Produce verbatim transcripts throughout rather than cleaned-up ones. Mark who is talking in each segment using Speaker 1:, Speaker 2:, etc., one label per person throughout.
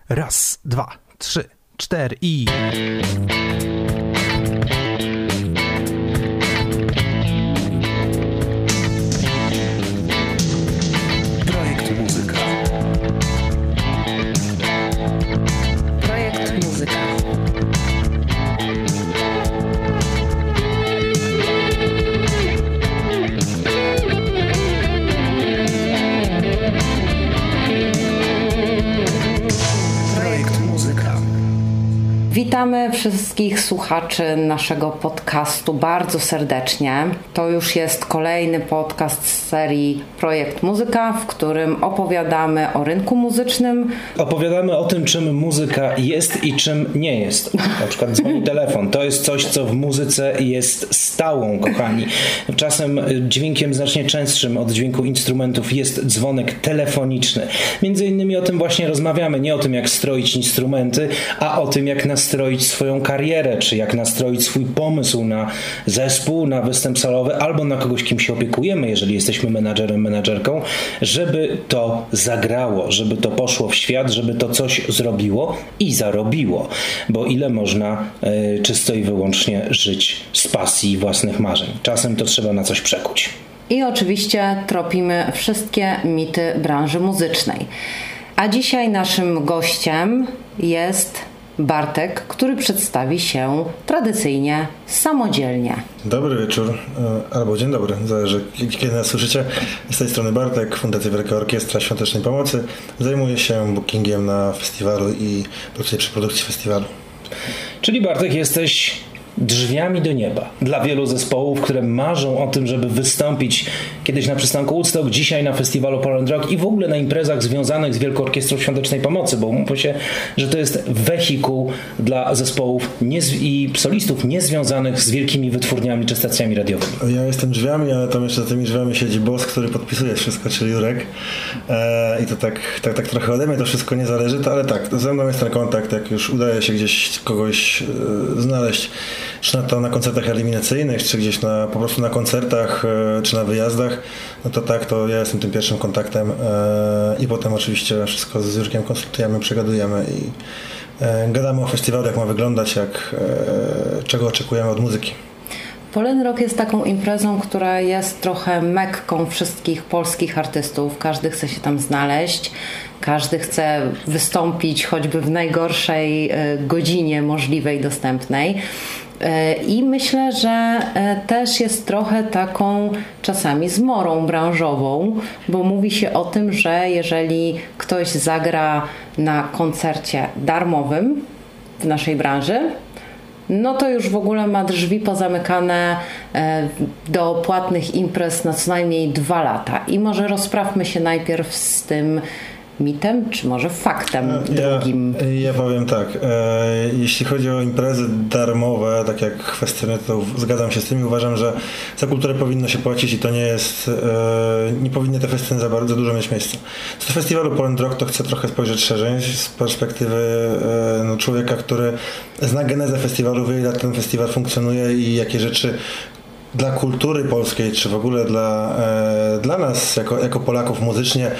Speaker 1: Raz, dwa, trzy, cztery i...
Speaker 2: Projekt Muzyka. Projekt Muzyka.
Speaker 3: Witamy wszystkich słuchaczy naszego podcastu bardzo serdecznie. To już jest kolejny podcast z serii Projekt Muzyka, w którym opowiadamy o rynku muzycznym.
Speaker 4: Opowiadamy o tym, czym muzyka jest i czym nie jest. Na przykład dzwoni telefon. To jest coś, co w muzyce jest stałą, kochani. Czasem dźwiękiem znacznie częstszym od dźwięku instrumentów jest dzwonek telefoniczny. Między innymi o tym właśnie rozmawiamy. Nie o tym, jak stroić instrumenty, a o tym, jak nastroić swoją karierę, czy jak nastroić swój pomysł na zespół, na występ solowy, albo na kogoś, kim się opiekujemy, jeżeli jesteśmy menadżerem, menadżerką, żeby to zagrało, żeby to poszło w świat, żeby to coś zrobiło i zarobiło. Bo ile można y, czysto i wyłącznie żyć z pasji własnych marzeń? Czasem to trzeba na coś przekuć.
Speaker 3: I oczywiście tropimy wszystkie mity branży muzycznej. A dzisiaj naszym gościem jest Bartek, który przedstawi się tradycyjnie samodzielnie.
Speaker 5: Dobry wieczór, albo dzień dobry, zależy kiedy nas słyszycie. Z tej strony Bartek, Fundacja Wielka Orkiestra Świątecznej Pomocy. Zajmuję się bookingiem na festiwalu i pracuję przy produkcji festiwalu.
Speaker 4: Czyli Bartek, jesteś drzwiami do nieba dla wielu zespołów, które marzą o tym, żeby wystąpić kiedyś na przystanku Woodstock, dzisiaj na festiwalu Poland Rock i w ogóle na imprezach związanych z Wielką Orkiestrą Świątecznej Pomocy, bo mówię się, że to jest wehikuł dla zespołów niez- i solistów niezwiązanych z wielkimi wytwórniami czy stacjami radiowymi.
Speaker 5: Ja jestem drzwiami, ale tam jeszcze za tymi drzwiami siedzi boss, który podpisuje wszystko, czyli Jurek. Eee, I to tak, tak, tak trochę ode mnie to wszystko nie zależy, to, ale tak, ze mną jest ten kontakt, jak już udaje się gdzieś kogoś e, znaleźć, czy na to na koncertach eliminacyjnych, czy gdzieś na, po prostu na koncertach, e, czy na wyjazdach, no to tak, to ja jestem tym pierwszym kontaktem e, i potem oczywiście wszystko z Jurkiem konsultujemy, przegadujemy i e, gadamy o festiwalu, jak ma wyglądać, jak, e, czego oczekujemy od muzyki.
Speaker 3: Poland Rock jest taką imprezą, która jest trochę mekką wszystkich polskich artystów. Każdy chce się tam znaleźć, każdy chce wystąpić choćby w najgorszej godzinie możliwej, dostępnej. I myślę, że też jest trochę taką czasami zmorą branżową, bo mówi się o tym, że jeżeli ktoś zagra na koncercie darmowym w naszej branży, no to już w ogóle ma drzwi pozamykane do płatnych imprez na co najmniej dwa lata. I może rozprawmy się najpierw z tym mitem, czy może faktem
Speaker 5: ja,
Speaker 3: drugim.
Speaker 5: Ja powiem tak, e, jeśli chodzi o imprezy darmowe, tak jak kwestie, to zgadzam się z tym i uważam, że za kulturę powinno się płacić i to nie jest, e, nie powinny te festyny za bardzo dużo mieć miejsca. Z tego festiwalu Poland Rock to chcę trochę spojrzeć szerzej z perspektywy e, no, człowieka, który zna genezę festiwalu, wie, jak ten festiwal funkcjonuje i jakie rzeczy dla kultury polskiej, czy w ogóle dla, e, dla nas, jako, jako Polaków muzycznie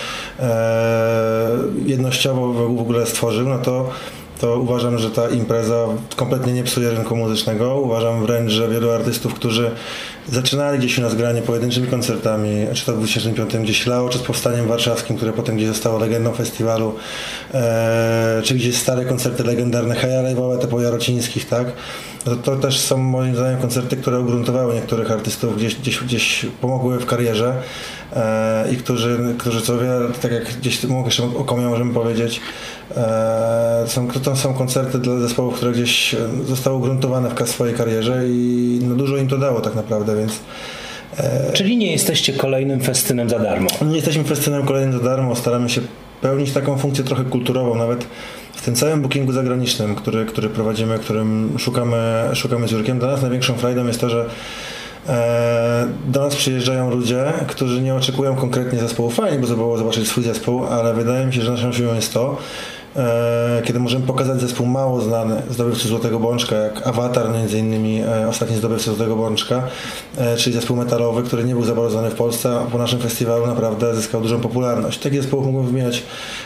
Speaker 5: e, jednościowo w ogóle stworzył, no to, to uważam, że ta impreza kompletnie nie psuje rynku muzycznego. Uważam wręcz, że wielu artystów, którzy zaczynali gdzieś u nas granie pojedynczymi koncertami, czy to w dwa tysiące piątym gdzieś lało, czy z Powstaniem Warszawskim, które potem gdzieś zostało legendą festiwalu, e, czy gdzieś stare koncerty legendarne Hajara i Wałęty Jarocińskich, tak? To, to też są moim zdaniem koncerty, które ugruntowały niektórych artystów, gdzieś, gdzieś, gdzieś pomogły w karierze e, i którzy, którzy co wiele, tak jak gdzieś mogę się okomią, możemy powiedzieć, e, są, to są koncerty dla zespołów, które gdzieś zostały ugruntowane w swojej karierze i no, dużo im to dało tak naprawdę, więc
Speaker 4: e, Czyli nie jesteście kolejnym festynem za darmo?
Speaker 5: Nie jesteśmy festynem kolejnym za darmo, staramy się pełnić taką funkcję trochę kulturową, nawet w tym całym bookingu zagranicznym, który, który prowadzimy, którym szukamy, szukamy z Jurkiem. Dla nas największą frajdą jest to, że e, do nas przyjeżdżają ludzie, którzy nie oczekują konkretnie zespołu. Fajnie by było zobaczyć swój zespół, ale wydaje mi się, że naszą siłą jest to, e, kiedy możemy pokazać zespół mało znany, zdobywcy Złotego Bączka, jak Awatar, między innymi e, ostatni zdobywca Złotego Bączka, e, czyli zespół metalowy, który nie był za bardzo znany w Polsce, a po naszym festiwalu naprawdę zyskał dużą popularność. Takich zespołów mógłbym wymieniać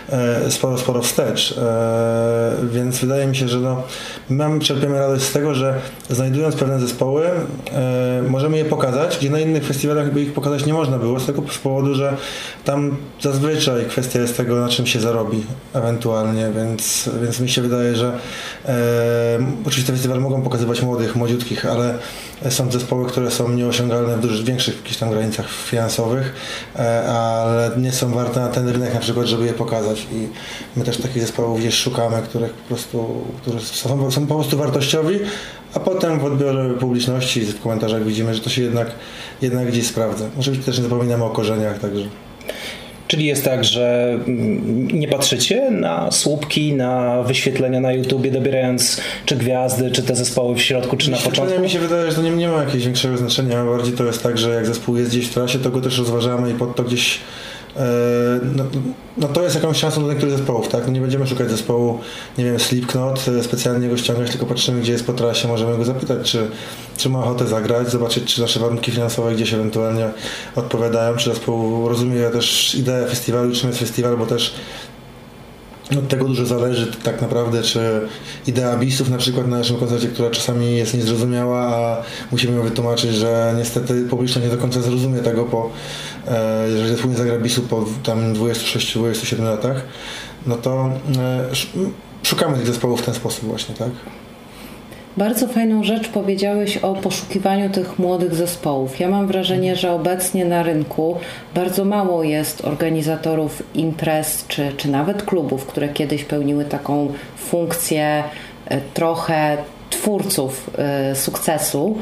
Speaker 5: sporo, sporo wstecz. Więc wydaje mi się, że no, my czerpiemy radość z tego, że znajdując pewne zespoły, możemy je pokazać, gdzie na innych festiwalach by ich pokazać nie można było, z tego powodu, że tam zazwyczaj kwestia jest tego, na czym się zarobi ewentualnie, więc, więc mi się wydaje, że e, oczywiście festiwale mogą pokazywać młodych, młodziutkich, ale są zespoły, które są nieosiągalne w dużo większych jakichś tam granicach finansowych, e, ale nie są warte na ten rynek na przykład, żeby je pokazać i my też takich zespołów gdzieś szukamy, których po prostu, którzy są, są po prostu wartościowi, a potem w odbiorze publiczności w komentarzach widzimy, że to się jednak, jednak gdzieś sprawdza. Oczywiście też nie zapominamy o korzeniach, także.
Speaker 4: Czyli jest tak, że nie patrzycie na słupki, na wyświetlenia na YouTubie, dobierając czy gwiazdy, czy te zespoły w środku, czy na początku?
Speaker 5: Mi się wydaje, że to nie, nie ma jakiegoś większego znaczenia. Bardziej to jest tak, że jak zespół jest gdzieś w trasie, to go też rozważamy i pod to gdzieś No, no to jest jakąś szansą do niektórych zespołów, tak? No nie będziemy szukać zespołu, nie wiem, Slipknot, specjalnie go ściągać, tylko patrzymy, gdzie jest po trasie, możemy go zapytać, czy, czy ma ochotę zagrać, zobaczyć, czy nasze warunki finansowe gdzieś ewentualnie odpowiadają, czy zespół rozumie też ideę festiwalu, czym jest festiwal, bo też od tego dużo zależy tak naprawdę, czy idea Beastów na przykład na naszym koncercie, która czasami jest niezrozumiała, a musimy ją wytłumaczyć, że niestety publiczność nie do końca zrozumie tego, po, e, jeżeli zespół nie zagra Beastów po tam dwudziestu sześciu dwudziestu siedmiu latach, no to e, szukamy tych zespołów w ten sposób właśnie, tak?
Speaker 3: Bardzo fajną rzecz powiedziałeś o poszukiwaniu tych młodych zespołów. Ja mam wrażenie, że obecnie na rynku bardzo mało jest organizatorów imprez, czy, czy nawet klubów, które kiedyś pełniły taką funkcję trochę twórców sukcesu.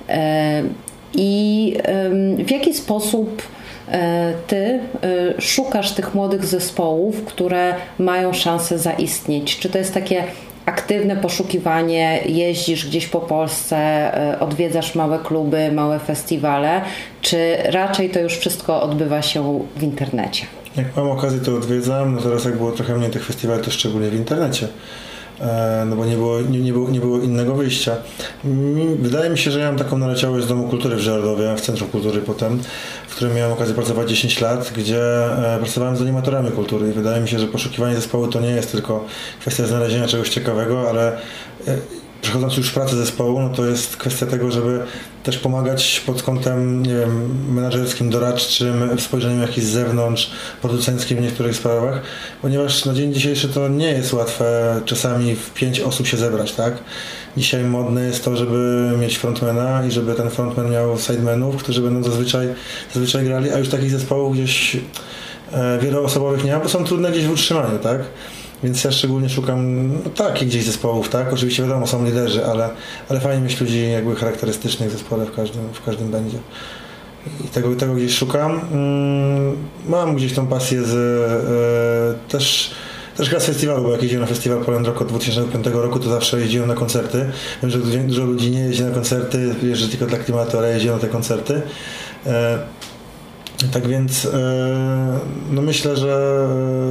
Speaker 3: I w jaki sposób ty szukasz tych młodych zespołów, które mają szansę zaistnieć? Czy to jest takie aktywne poszukiwanie, jeździsz gdzieś po Polsce, odwiedzasz małe kluby, małe festiwale, czy raczej to już wszystko odbywa się w internecie?
Speaker 5: Jak mam okazję, to odwiedzam, no teraz jak było trochę mniej tych festiwali, to szczególnie w internecie. No bo nie było, nie, nie, było, nie było innego wyjścia. Wydaje mi się, że ja mam taką naleciałość z Domu Kultury w Żerodowie, w Centrum Kultury potem, w którym miałem okazję pracować dziesięć lat, gdzie pracowałem z animatorami kultury i wydaje mi się, że poszukiwanie zespołu to nie jest tylko kwestia znalezienia czegoś ciekawego, ale przechodząc już w pracę zespołu, no to jest kwestia tego, żeby też pomagać pod kątem, nie wiem, menadżerskim, doradczym, spojrzeniem jakimś z zewnątrz, producenckim w niektórych sprawach, ponieważ na dzień dzisiejszy to nie jest łatwe czasami w pięć osób się zebrać, tak? Dzisiaj modne jest to, żeby mieć frontmana i żeby ten frontman miał sidemenów, którzy będą zazwyczaj, zazwyczaj grali, a już takich zespołów gdzieś e, wieloosobowych nie ma, bo są trudne gdzieś w utrzymaniu, tak? Więc ja szczególnie szukam no, takich gdzieś zespołów, tak? Oczywiście wiadomo, są liderzy, ale, ale fajnie mieć ludzi jakby charakterystycznych w zespole w każdym, w każdym będzie. I tego, tego gdzieś szukam. Mm, mam gdzieś tą pasję z e, też też gra z festiwalu, bo jak jeździłem na festiwal Poland Rock od dwa tysiące piątego roku, to zawsze jeździłem na koncerty. Wiem, że dużo ludzi nie jeździ na koncerty, jeżdżę tylko dla klimatu, ale jeździłem na te koncerty. E, tak więc e, no myślę, że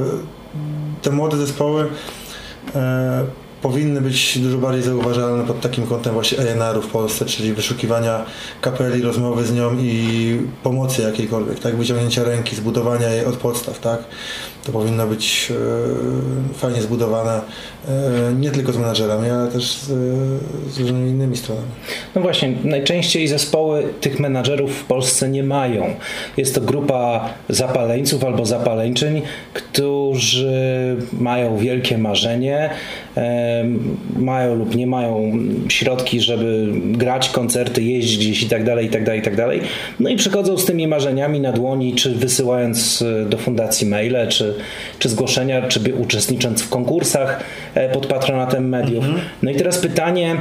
Speaker 5: te młode zespoły e, powinny być dużo bardziej zauważalne pod takim kątem właśnie A and R-u w Polsce, czyli wyszukiwania kapeli, rozmowy z nią i pomocy jakiejkolwiek, tak, wyciągnięcia ręki, zbudowania jej od podstaw, tak. To powinno być e, fajnie zbudowane, e, nie tylko z menadżerami, ale też z, z różnymi innymi stronami.
Speaker 4: No właśnie, najczęściej zespoły tych menadżerów w Polsce nie mają. Jest to grupa zapaleńców albo zapaleńczyń, którzy mają wielkie marzenie, e, mają lub nie mają środki, żeby grać koncerty, jeździć gdzieś i tak dalej, i tak dalej, i tak dalej. No i przychodzą z tymi marzeniami na dłoni, czy wysyłając do fundacji maile, czy, czy zgłoszenia, czy uczestnicząc w konkursach pod patronatem mediów. Mhm. No i teraz pytanie,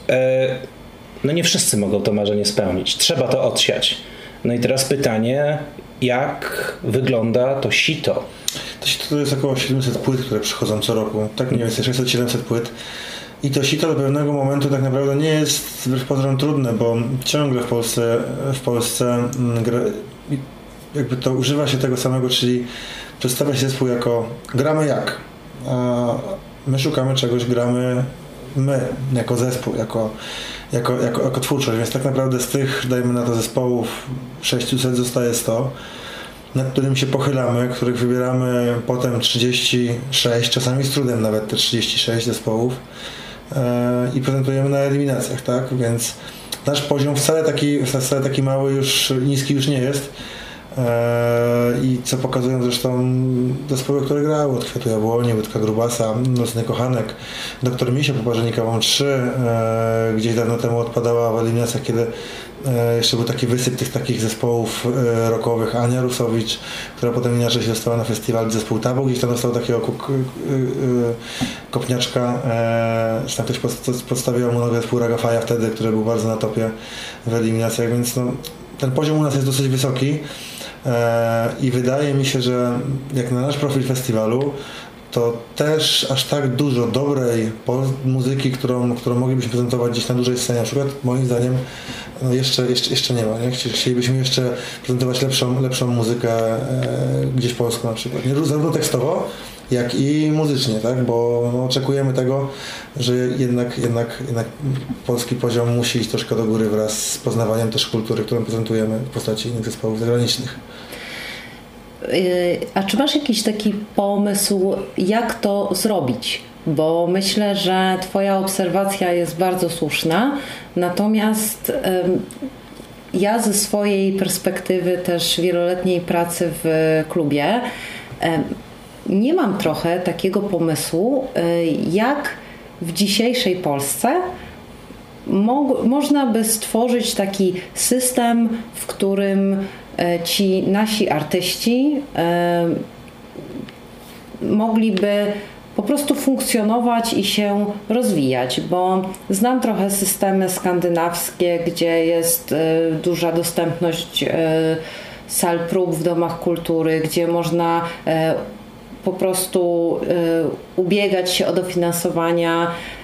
Speaker 4: no nie wszyscy mogą to marzenie spełnić. Trzeba to odsiać. No i teraz pytanie, jak wygląda to sito?
Speaker 5: To sito to jest około siedemset płyt, które przychodzą co roku. Tak mniej więcej sześćset siedemset płyt. I to sito do pewnego momentu tak naprawdę nie jest wbrew pozorom trudne, bo ciągle w Polsce, w Polsce jakby to używa się tego samego, czyli przedstawia się zespół jako gramy jak. A my szukamy czegoś, gramy my, jako zespół, jako, jako, jako, jako twórczość, więc tak naprawdę z tych, dajmy na to zespołów sześćset zostaje sto. nad którym się pochylamy, których wybieramy potem trzydzieści sześć, czasami z trudem nawet te trzydzieści sześć zespołów e, i prezentujemy na eliminacjach, tak? Więc nasz poziom wcale taki, wcale taki mały już, niski już nie jest. I co pokazują zresztą zespoły, które grały od Kwiatu Jabłoni, Łydka Grubasa, Nocny Kochanek, Doktor Misio, Poparzenika Wam trzy, gdzieś dawno temu odpadała w eliminacjach, kiedy jeszcze był taki wysyp tych takich zespołów rockowych, Ania Rusowicz, która potem inaczej się dostała na festiwal, zespół Tabu, gdzieś tam dostał takiego kopniaczka, tam ktoś podstawił mu nogę zespół Ragafaja wtedy, który był bardzo na topie w eliminacjach, więc no, ten poziom u nas jest dosyć wysoki. I wydaje mi się, że jak na nasz profil festiwalu, to też aż tak dużo dobrej muzyki, którą, którą moglibyśmy prezentować gdzieś na dużej scenie, na przykład moim zdaniem no jeszcze, jeszcze, jeszcze nie ma. Nie? Chcielibyśmy jeszcze prezentować lepszą, lepszą muzykę e, gdzieś polską na przykład. Nie, zarówno tekstowo, jak i muzycznie, tak? Bo no, oczekujemy tego, że jednak, jednak, jednak polski poziom musi iść troszkę do góry wraz z poznawaniem też kultury, którą prezentujemy w postaci innych zespołów zagranicznych.
Speaker 3: A czy masz jakiś taki pomysł, jak to zrobić? Bo myślę, że Twoja obserwacja jest bardzo słuszna, natomiast ja ze swojej perspektywy też wieloletniej pracy w klubie nie mam trochę takiego pomysłu, jak w dzisiejszej Polsce mo- można by stworzyć taki system, w którym ci nasi artyści mogliby po prostu funkcjonować i się rozwijać, bo znam trochę systemy skandynawskie, gdzie jest duża dostępność sal prób w domach kultury, gdzie można po prostu ubiegać się o dofinansowania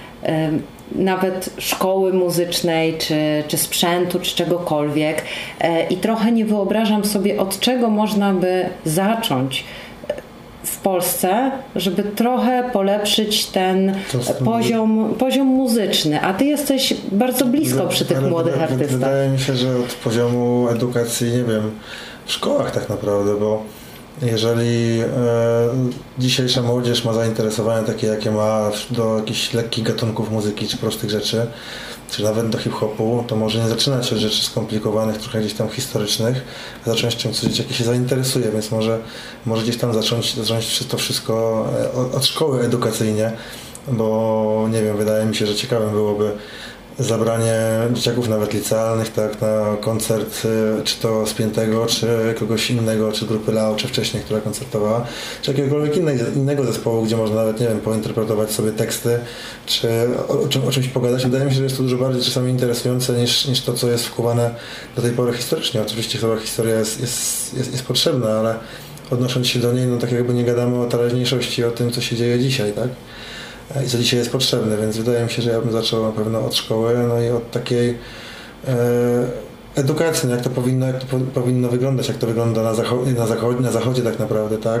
Speaker 3: nawet szkoły muzycznej, czy, czy sprzętu, czy czegokolwiek. I trochę nie wyobrażam sobie, od czego można by zacząć w Polsce, żeby trochę polepszyć ten poziom, poziom muzyczny. A ty jesteś bardzo blisko przy tych młodych
Speaker 5: wydaje,
Speaker 3: artystach.
Speaker 5: Wydaje mi się, że od poziomu edukacji, nie wiem, w szkołach tak naprawdę, bo jeżeli e, dzisiejsza młodzież ma zainteresowania takie, jakie ma do jakichś lekkich gatunków muzyki, czy prostych rzeczy, czy nawet do hip-hopu, to może nie zaczynać od rzeczy skomplikowanych, trochę gdzieś tam historycznych, a zacząć czymś, coś, jakie się zainteresuje, więc może, może gdzieś tam zacząć, zacząć to wszystko od, od szkoły edukacyjnie, bo nie wiem, wydaje mi się, że ciekawym byłoby zabranie dzieciaków nawet licealnych, tak, na koncert, czy to Spiętego, czy kogoś innego, czy grupy Lao, czy wcześniej, która koncertowała, czy jakiegokolwiek innej, innego zespołu, gdzie można nawet, nie wiem, pointerpretować sobie teksty, czy o, czym, o czymś pogadać. Wydaje mi się, że jest to dużo bardziej czasami interesujące niż, niż to, co jest wkuwane do tej pory historycznie. Oczywiście chyba historia jest, jest, jest, jest potrzebna, ale odnosząc się do niej, no tak jakby nie gadamy o teraźniejszości, o tym, co się dzieje dzisiaj, tak? I co dzisiaj jest potrzebne, więc wydaje mi się, że ja bym zaczął na pewno od szkoły, no i od takiej e, edukacji, no jak to powinno, jak to po, powinno wyglądać, jak to wygląda na zachodzie, na zachodzie, na zachodzie tak naprawdę, tak.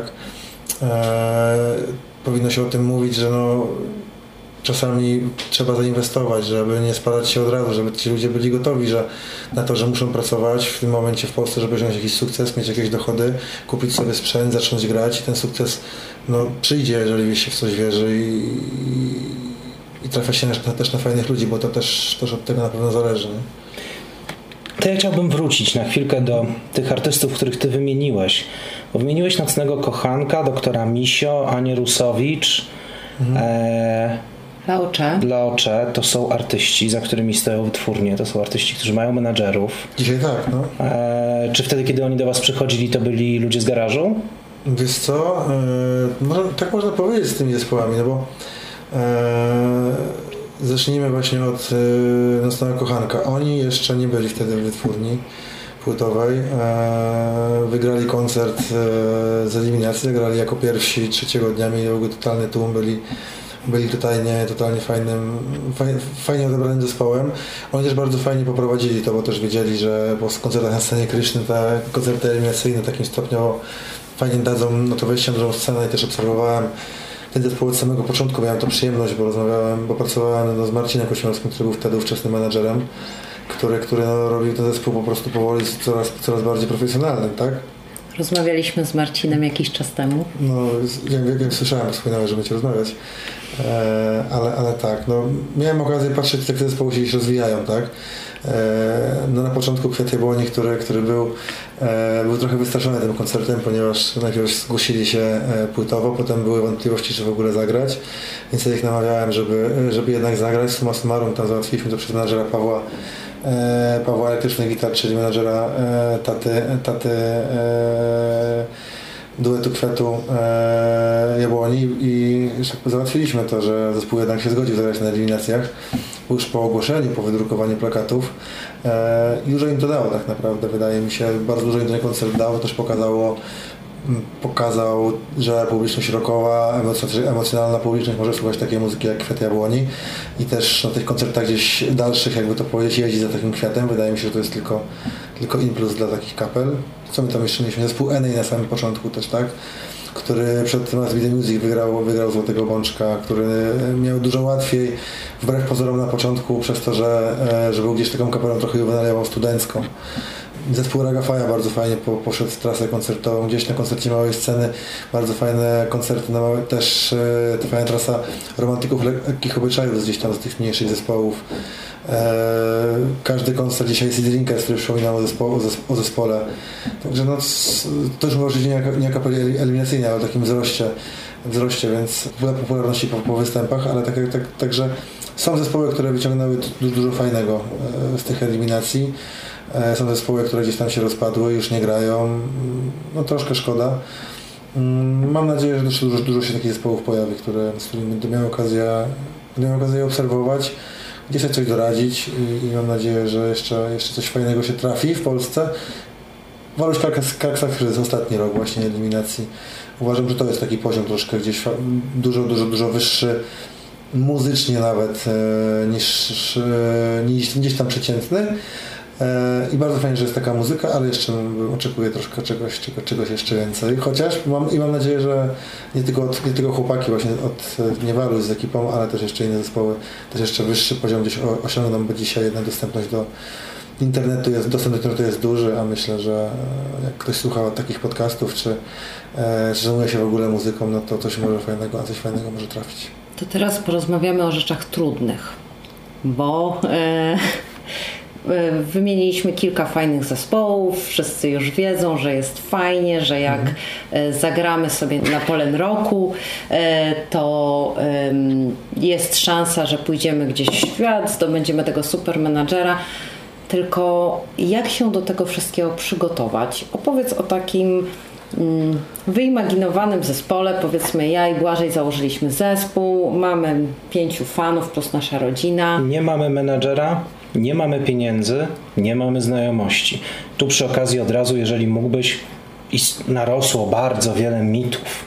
Speaker 5: E, powinno się o tym mówić, że no czasami trzeba zainwestować, żeby nie spadać się od razu, żeby ci ludzie byli gotowi, że na to, że muszą pracować w tym momencie w Polsce, żeby osiągnąć jakiś sukces, mieć jakieś dochody, kupić sobie sprzęt, zacząć grać i ten sukces no, przyjdzie, jeżeli się w coś wierzy i, i, i trafia się na, też na fajnych ludzi, bo to też, też od tego na pewno zależy. Nie?
Speaker 4: To ja chciałbym wrócić na chwilkę do tych artystów, których ty wymieniłeś. Bo wymieniłeś Nocnego Kochanka, doktora Misio, Anię Rusowicz, mhm. e...
Speaker 3: Laocze.
Speaker 4: Laocze to są artyści, za którymi stoją wytwórnie, to są artyści, którzy mają menadżerów.
Speaker 5: Dzisiaj tak, no.
Speaker 4: E, czy wtedy, kiedy oni do was przychodzili, to byli ludzie z garażu?
Speaker 5: Wiesz co, e, może, tak można powiedzieć z tymi zespołami, no bo e, zacznijmy właśnie od e, Nocnego Kochanka. Oni jeszcze nie byli wtedy w wytwórni płytowej. E, wygrali koncert e, z eliminacji, zagrali jako pierwsi trzeciego dnia, mieli w ogóle totalny tłum, byli byli totalnie, totalnie fajnym, fajnie, fajnie odebranym zespołem. Oni też bardzo fajnie poprowadzili to, bo też wiedzieli, że po koncertach na scenie Kryszny te koncerty eliminacyjne takim stopniowo fajnie dadzą no to wejście na dużą scenę i też obserwowałem ten zespół od samego początku. Miałem to przyjemność, bo rozmawiałem, bo pracowałem no, z Marcinem Kośmiarskim, który był wtedy ówczesnym menadżerem, który, który no, robił ten zespół po prostu powoli coraz, coraz bardziej profesjonalnym, tak?
Speaker 3: Rozmawialiśmy z Marcinem jakiś czas temu.
Speaker 5: No, jak, jak słyszałem, wspominałem, że będziecie rozmawiać, e, ale, ale tak, no, miałem okazję patrzeć, jak te zespoły się rozwijają, tak? E, no, na początku Kwiat Jabłoni, który, który był, e, był trochę wystraszony tym koncertem, ponieważ najpierw zgłosili się e, płytowo, potem były wątpliwości, czy w ogóle zagrać, więc ja ich namawiałem, żeby, żeby jednak zagrać. Summa summarum, tam załatwiliśmy to przez menadżera Pawła, E, Pawła Elektryczny Gitar, czyli menadżera e, taty, taty e, duetu Kwiatu e, Jabłoni i załatwiliśmy to, że zespół jednak się zgodził zagrać na eliminacjach już po ogłoszeniu, po wydrukowaniu plakatów e, i dużo im to dało tak naprawdę, wydaje mi się, bardzo dużo im ten koncert dało, też pokazało pokazał, że publiczność rockowa, emocjonalna publiczność może słuchać takiej muzyki jak Kwiat Jabłoni i też na tych koncertach gdzieś dalszych, jakby to powiedzieć, jeździ za takim kwiatem. Wydaje mi się, że to jest tylko, tylko in plus dla takich kapel. Co my tam jeszcze mieliśmy? Zespół N A na samym początku też, tak? Który przed tym Video Music wygrał, wygrał Złotego Bączka, który miał dużo łatwiej, wbrew pozorom na początku, przez to, że, że był gdzieś taką kapelą trochę juwenaliową, studencką. Zespół Ragafaja bardzo fajnie po, poszedł w trasę koncertową, gdzieś na koncercie małej sceny, bardzo fajne koncerty, na małe, też e, to fajna trasa romantyków lekkich obyczajów gdzieś tam z tych mniejszych zespołów. E, każdy koncert dzisiaj jest Drinkers, który przypominał o, zespo, o, zespo, o zespole. Także no, to już może być nie, nie kapeli eliminacyjnej, ale o takim wzroście, wzroście, więc popularności po, po występach, ale tak, tak, także są zespoły, które wyciągnęły dużo, dużo fajnego z tych eliminacji. Są zespoły, które gdzieś tam się rozpadły, już nie grają. No troszkę szkoda. Mam nadzieję, że jeszcze dużo, dużo się takich zespołów pojawi, które, z którymi będę miał okazję, będę miał okazję obserwować, gdzieś sobie coś doradzić i, i mam nadzieję, że jeszcze, jeszcze coś fajnego się trafi w Polsce. Waluś Karksakrys, ostatni rok właśnie eliminacji. Uważam, że to jest taki poziom troszkę gdzieś dużo, dużo, dużo wyższy muzycznie nawet niż, niż gdzieś tam przeciętny. I bardzo fajnie, że jest taka muzyka, ale jeszcze oczekuję troszkę czegoś, czego, czegoś jeszcze więcej. Chociaż mam, i mam nadzieję, że nie tylko, od, nie tylko chłopaki właśnie od Gniewalu z ekipą, ale też jeszcze inne zespoły, też jeszcze wyższy poziom gdzieś osiągną, bo dzisiaj jednak dostępność do internetu jest, dostęp do internetu jest duży, a myślę, że jak ktoś słucha takich podcastów, czy e, zajmuje się w ogóle muzyką, no to coś może fajnego, a coś fajnego może trafić.
Speaker 3: To teraz porozmawiamy o rzeczach trudnych, bo e, wymieniliśmy kilka fajnych zespołów, wszyscy już wiedzą, że jest fajnie, że jak mhm. zagramy sobie na Polen Roku, to jest szansa, że pójdziemy gdzieś w świat, zdobędziemy tego super menadżera. Tylko jak się do tego wszystkiego przygotować? Opowiedz o takim wyimaginowanym zespole, powiedzmy ja i Błażej założyliśmy zespół, mamy pięciu fanów plus nasza rodzina.
Speaker 4: Nie mamy menadżera, nie mamy pieniędzy, nie mamy znajomości. Tu przy okazji od razu, jeżeli mógłbyś, narosło bardzo wiele mitów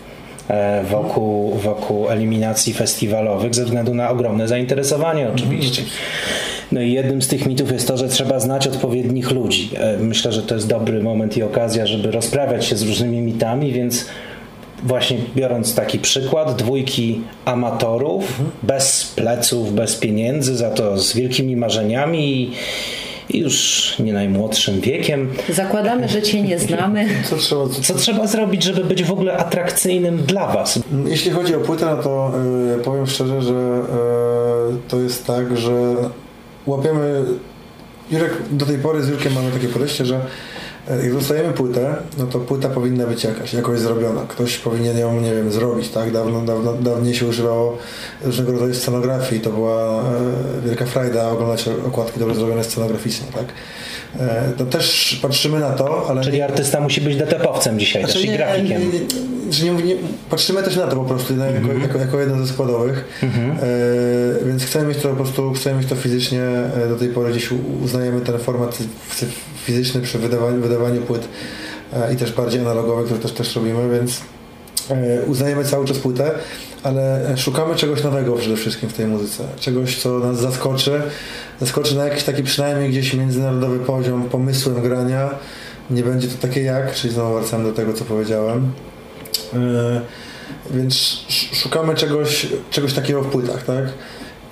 Speaker 4: wokół, wokół eliminacji festiwalowych ze względu na ogromne zainteresowanie oczywiście. No i jednym z tych mitów jest to, że trzeba znać odpowiednich ludzi. Myślę, że to jest dobry moment i okazja, żeby rozprawiać się z różnymi mitami, więc właśnie biorąc taki przykład, dwójki amatorów, mhm. bez pleców, bez pieniędzy, za to z wielkimi marzeniami i, i już nie najmłodszym wiekiem.
Speaker 3: Zakładamy, że Cię nie znamy.
Speaker 5: Co trzeba, co...
Speaker 4: co trzeba zrobić, żeby być w ogóle atrakcyjnym dla Was?
Speaker 5: Jeśli chodzi o płytę, no to yy, powiem szczerze, że yy, to jest tak, że łapiemy... Jurek, do tej pory z Jurkiem mamy takie podejście, że jak dostajemy płytę, no to płyta powinna być jakaś, jakoś zrobiona. Ktoś powinien ją, nie wiem, zrobić, tak? Dawno, dawno, dawniej się używało różnego rodzaju scenografii. To była e, wielka frajda oglądać okładki dobrze zrobione scenograficznie, tak? E, to też patrzymy na to, ale...
Speaker 4: Czyli artysta musi być detepowcem dzisiaj, znaczy, też nie, i grafikiem.
Speaker 5: Nie, nie, nie, nie, patrzymy też na to po prostu, mm-hmm. jako, jako, jako jeden ze składowych. Mm-hmm. E, więc chcemy mieć to po prostu, chcemy mieć to fizycznie. Do tej pory gdzieś uznajemy ten format fizyczny przy wydawaniu, wydawaniu płyt e, i też bardziej analogowe, które też, też robimy, więc e, uznajemy cały czas płytę, ale szukamy czegoś nowego przede wszystkim w tej muzyce. Czegoś, co nas zaskoczy. Zaskoczy na jakiś taki przynajmniej gdzieś międzynarodowy poziom pomysłem grania. Nie będzie to takie jak, czyli znowu wracamy do tego, co powiedziałem. E, więc szukamy czegoś, czegoś takiego w płytach, tak?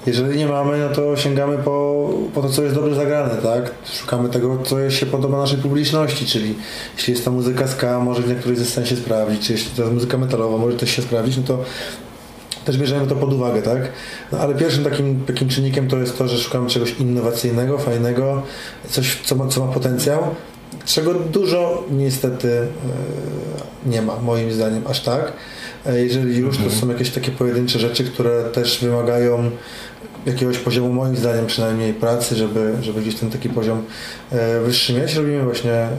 Speaker 5: Jeżeli nie mamy, no to sięgamy po, po to, co jest dobrze zagrane, tak? Szukamy tego, co się podoba naszej publiczności, czyli jeśli jest to muzyka ska, może w niektórych ze scen się sprawdzić, czy jeśli to jest muzyka metalowa, może też się sprawdzić, no to też bierzemy to pod uwagę, tak? No, ale pierwszym takim, takim czynnikiem to jest to, że szukamy czegoś innowacyjnego, fajnego, coś, co ma, co ma potencjał, czego dużo niestety yy, nie ma, moim zdaniem, aż tak. Jeżeli już, to są jakieś takie pojedyncze rzeczy, które też wymagają jakiegoś poziomu, moim zdaniem przynajmniej, pracy, żeby, żeby gdzieś ten taki poziom e, wyższy mieć. Robimy właśnie e,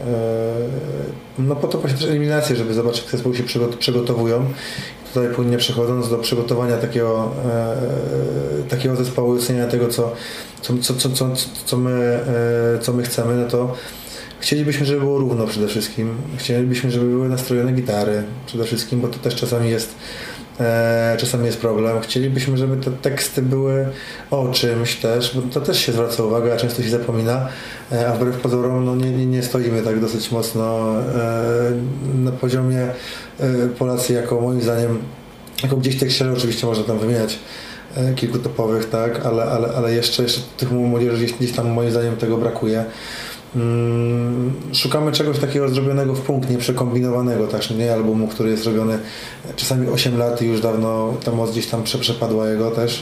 Speaker 5: no po to właśnie też eliminację, żeby zobaczyć, jak zespoły się przygotowują. Tutaj płynnie przechodząc do przygotowania takiego, e, takiego zespołu, oceniania tego, co, co, co, co, co, co, my, e, co my chcemy, no to chcielibyśmy, żeby było równo przede wszystkim. Chcielibyśmy, żeby były nastrojone gitary przede wszystkim, bo to też czasami jest e, czasami jest problem. Chcielibyśmy, żeby te teksty były o czymś też, bo to też się zwraca uwagę, a często się zapomina, e, a wbrew pozorom no, nie, nie, nie stoimy tak dosyć mocno e, na poziomie e, Polacy jako moim zdaniem, jako gdzieś tekściarze oczywiście można tam wymieniać e, kilku topowych, tak, ale, ale, ale jeszcze, jeszcze tych młodzieży gdzieś, gdzieś tam moim zdaniem tego brakuje. Hmm, szukamy czegoś takiego zrobionego w punkt, nie przekombinowanego, tak, nie albumu, który jest robiony czasami osiem lat i już dawno ta moc gdzieś tam przepadła jego też.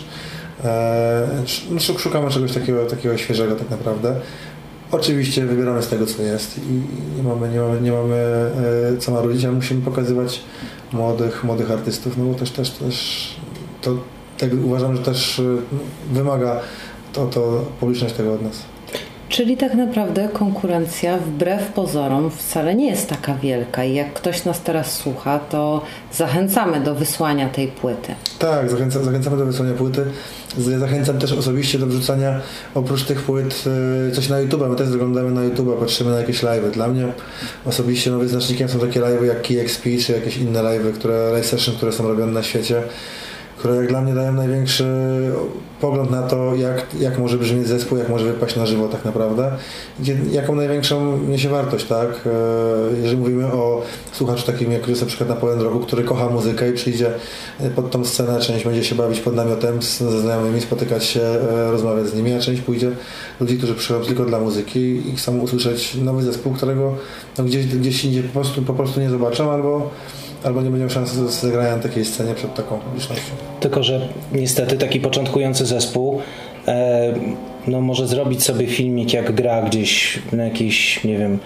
Speaker 5: Eee, szukamy czegoś takiego, takiego świeżego tak naprawdę. Oczywiście wybieramy z tego, co jest i nie mamy, nie mamy, nie mamy e, co marudzić, ale musimy pokazywać młodych, młodych artystów, no bo też, też, też to tak uważam, że też wymaga to, to publiczność tego od nas.
Speaker 3: Czyli tak naprawdę konkurencja wbrew pozorom wcale nie jest taka wielka i jak ktoś nas teraz słucha, to zachęcamy do wysłania tej płyty.
Speaker 5: Tak, zachęca, zachęcamy do wysłania płyty. Zachęcam też osobiście do wrzucania oprócz tych płyt coś na YouTube. My też zaglądamy na YouTube, patrzymy na jakieś live'y. Dla mnie osobiście no, wyznacznikiem są takie live'y jak Key X P czy jakieś inne live'y, które, live session, które są robione na świecie, które jak dla mnie dają największy pogląd na to, jak, jak może brzmieć zespół, jak może wypaść na żywo tak naprawdę, gdzie, jaką największą niesie wartość, tak? Jeżeli mówimy o słuchaczu takim jak jest na przykład Napoleon Roku, który kocha muzykę i przyjdzie pod tą scenę, część będzie się bawić pod namiotem ze znajomymi, spotykać się, rozmawiać z nimi, a część pójdzie ludzi, którzy przychodzą tylko dla muzyki i chcą usłyszeć nowy zespół, którego no, gdzieś, gdzieś indziej po prostu, po prostu nie zobaczą, albo albo nie będą szansy do zagrania na takiej scenie przed taką publicznością.
Speaker 4: Tylko że niestety taki początkujący zespół e, no może zrobić sobie filmik, jak gra gdzieś na jakiejś, nie wiem,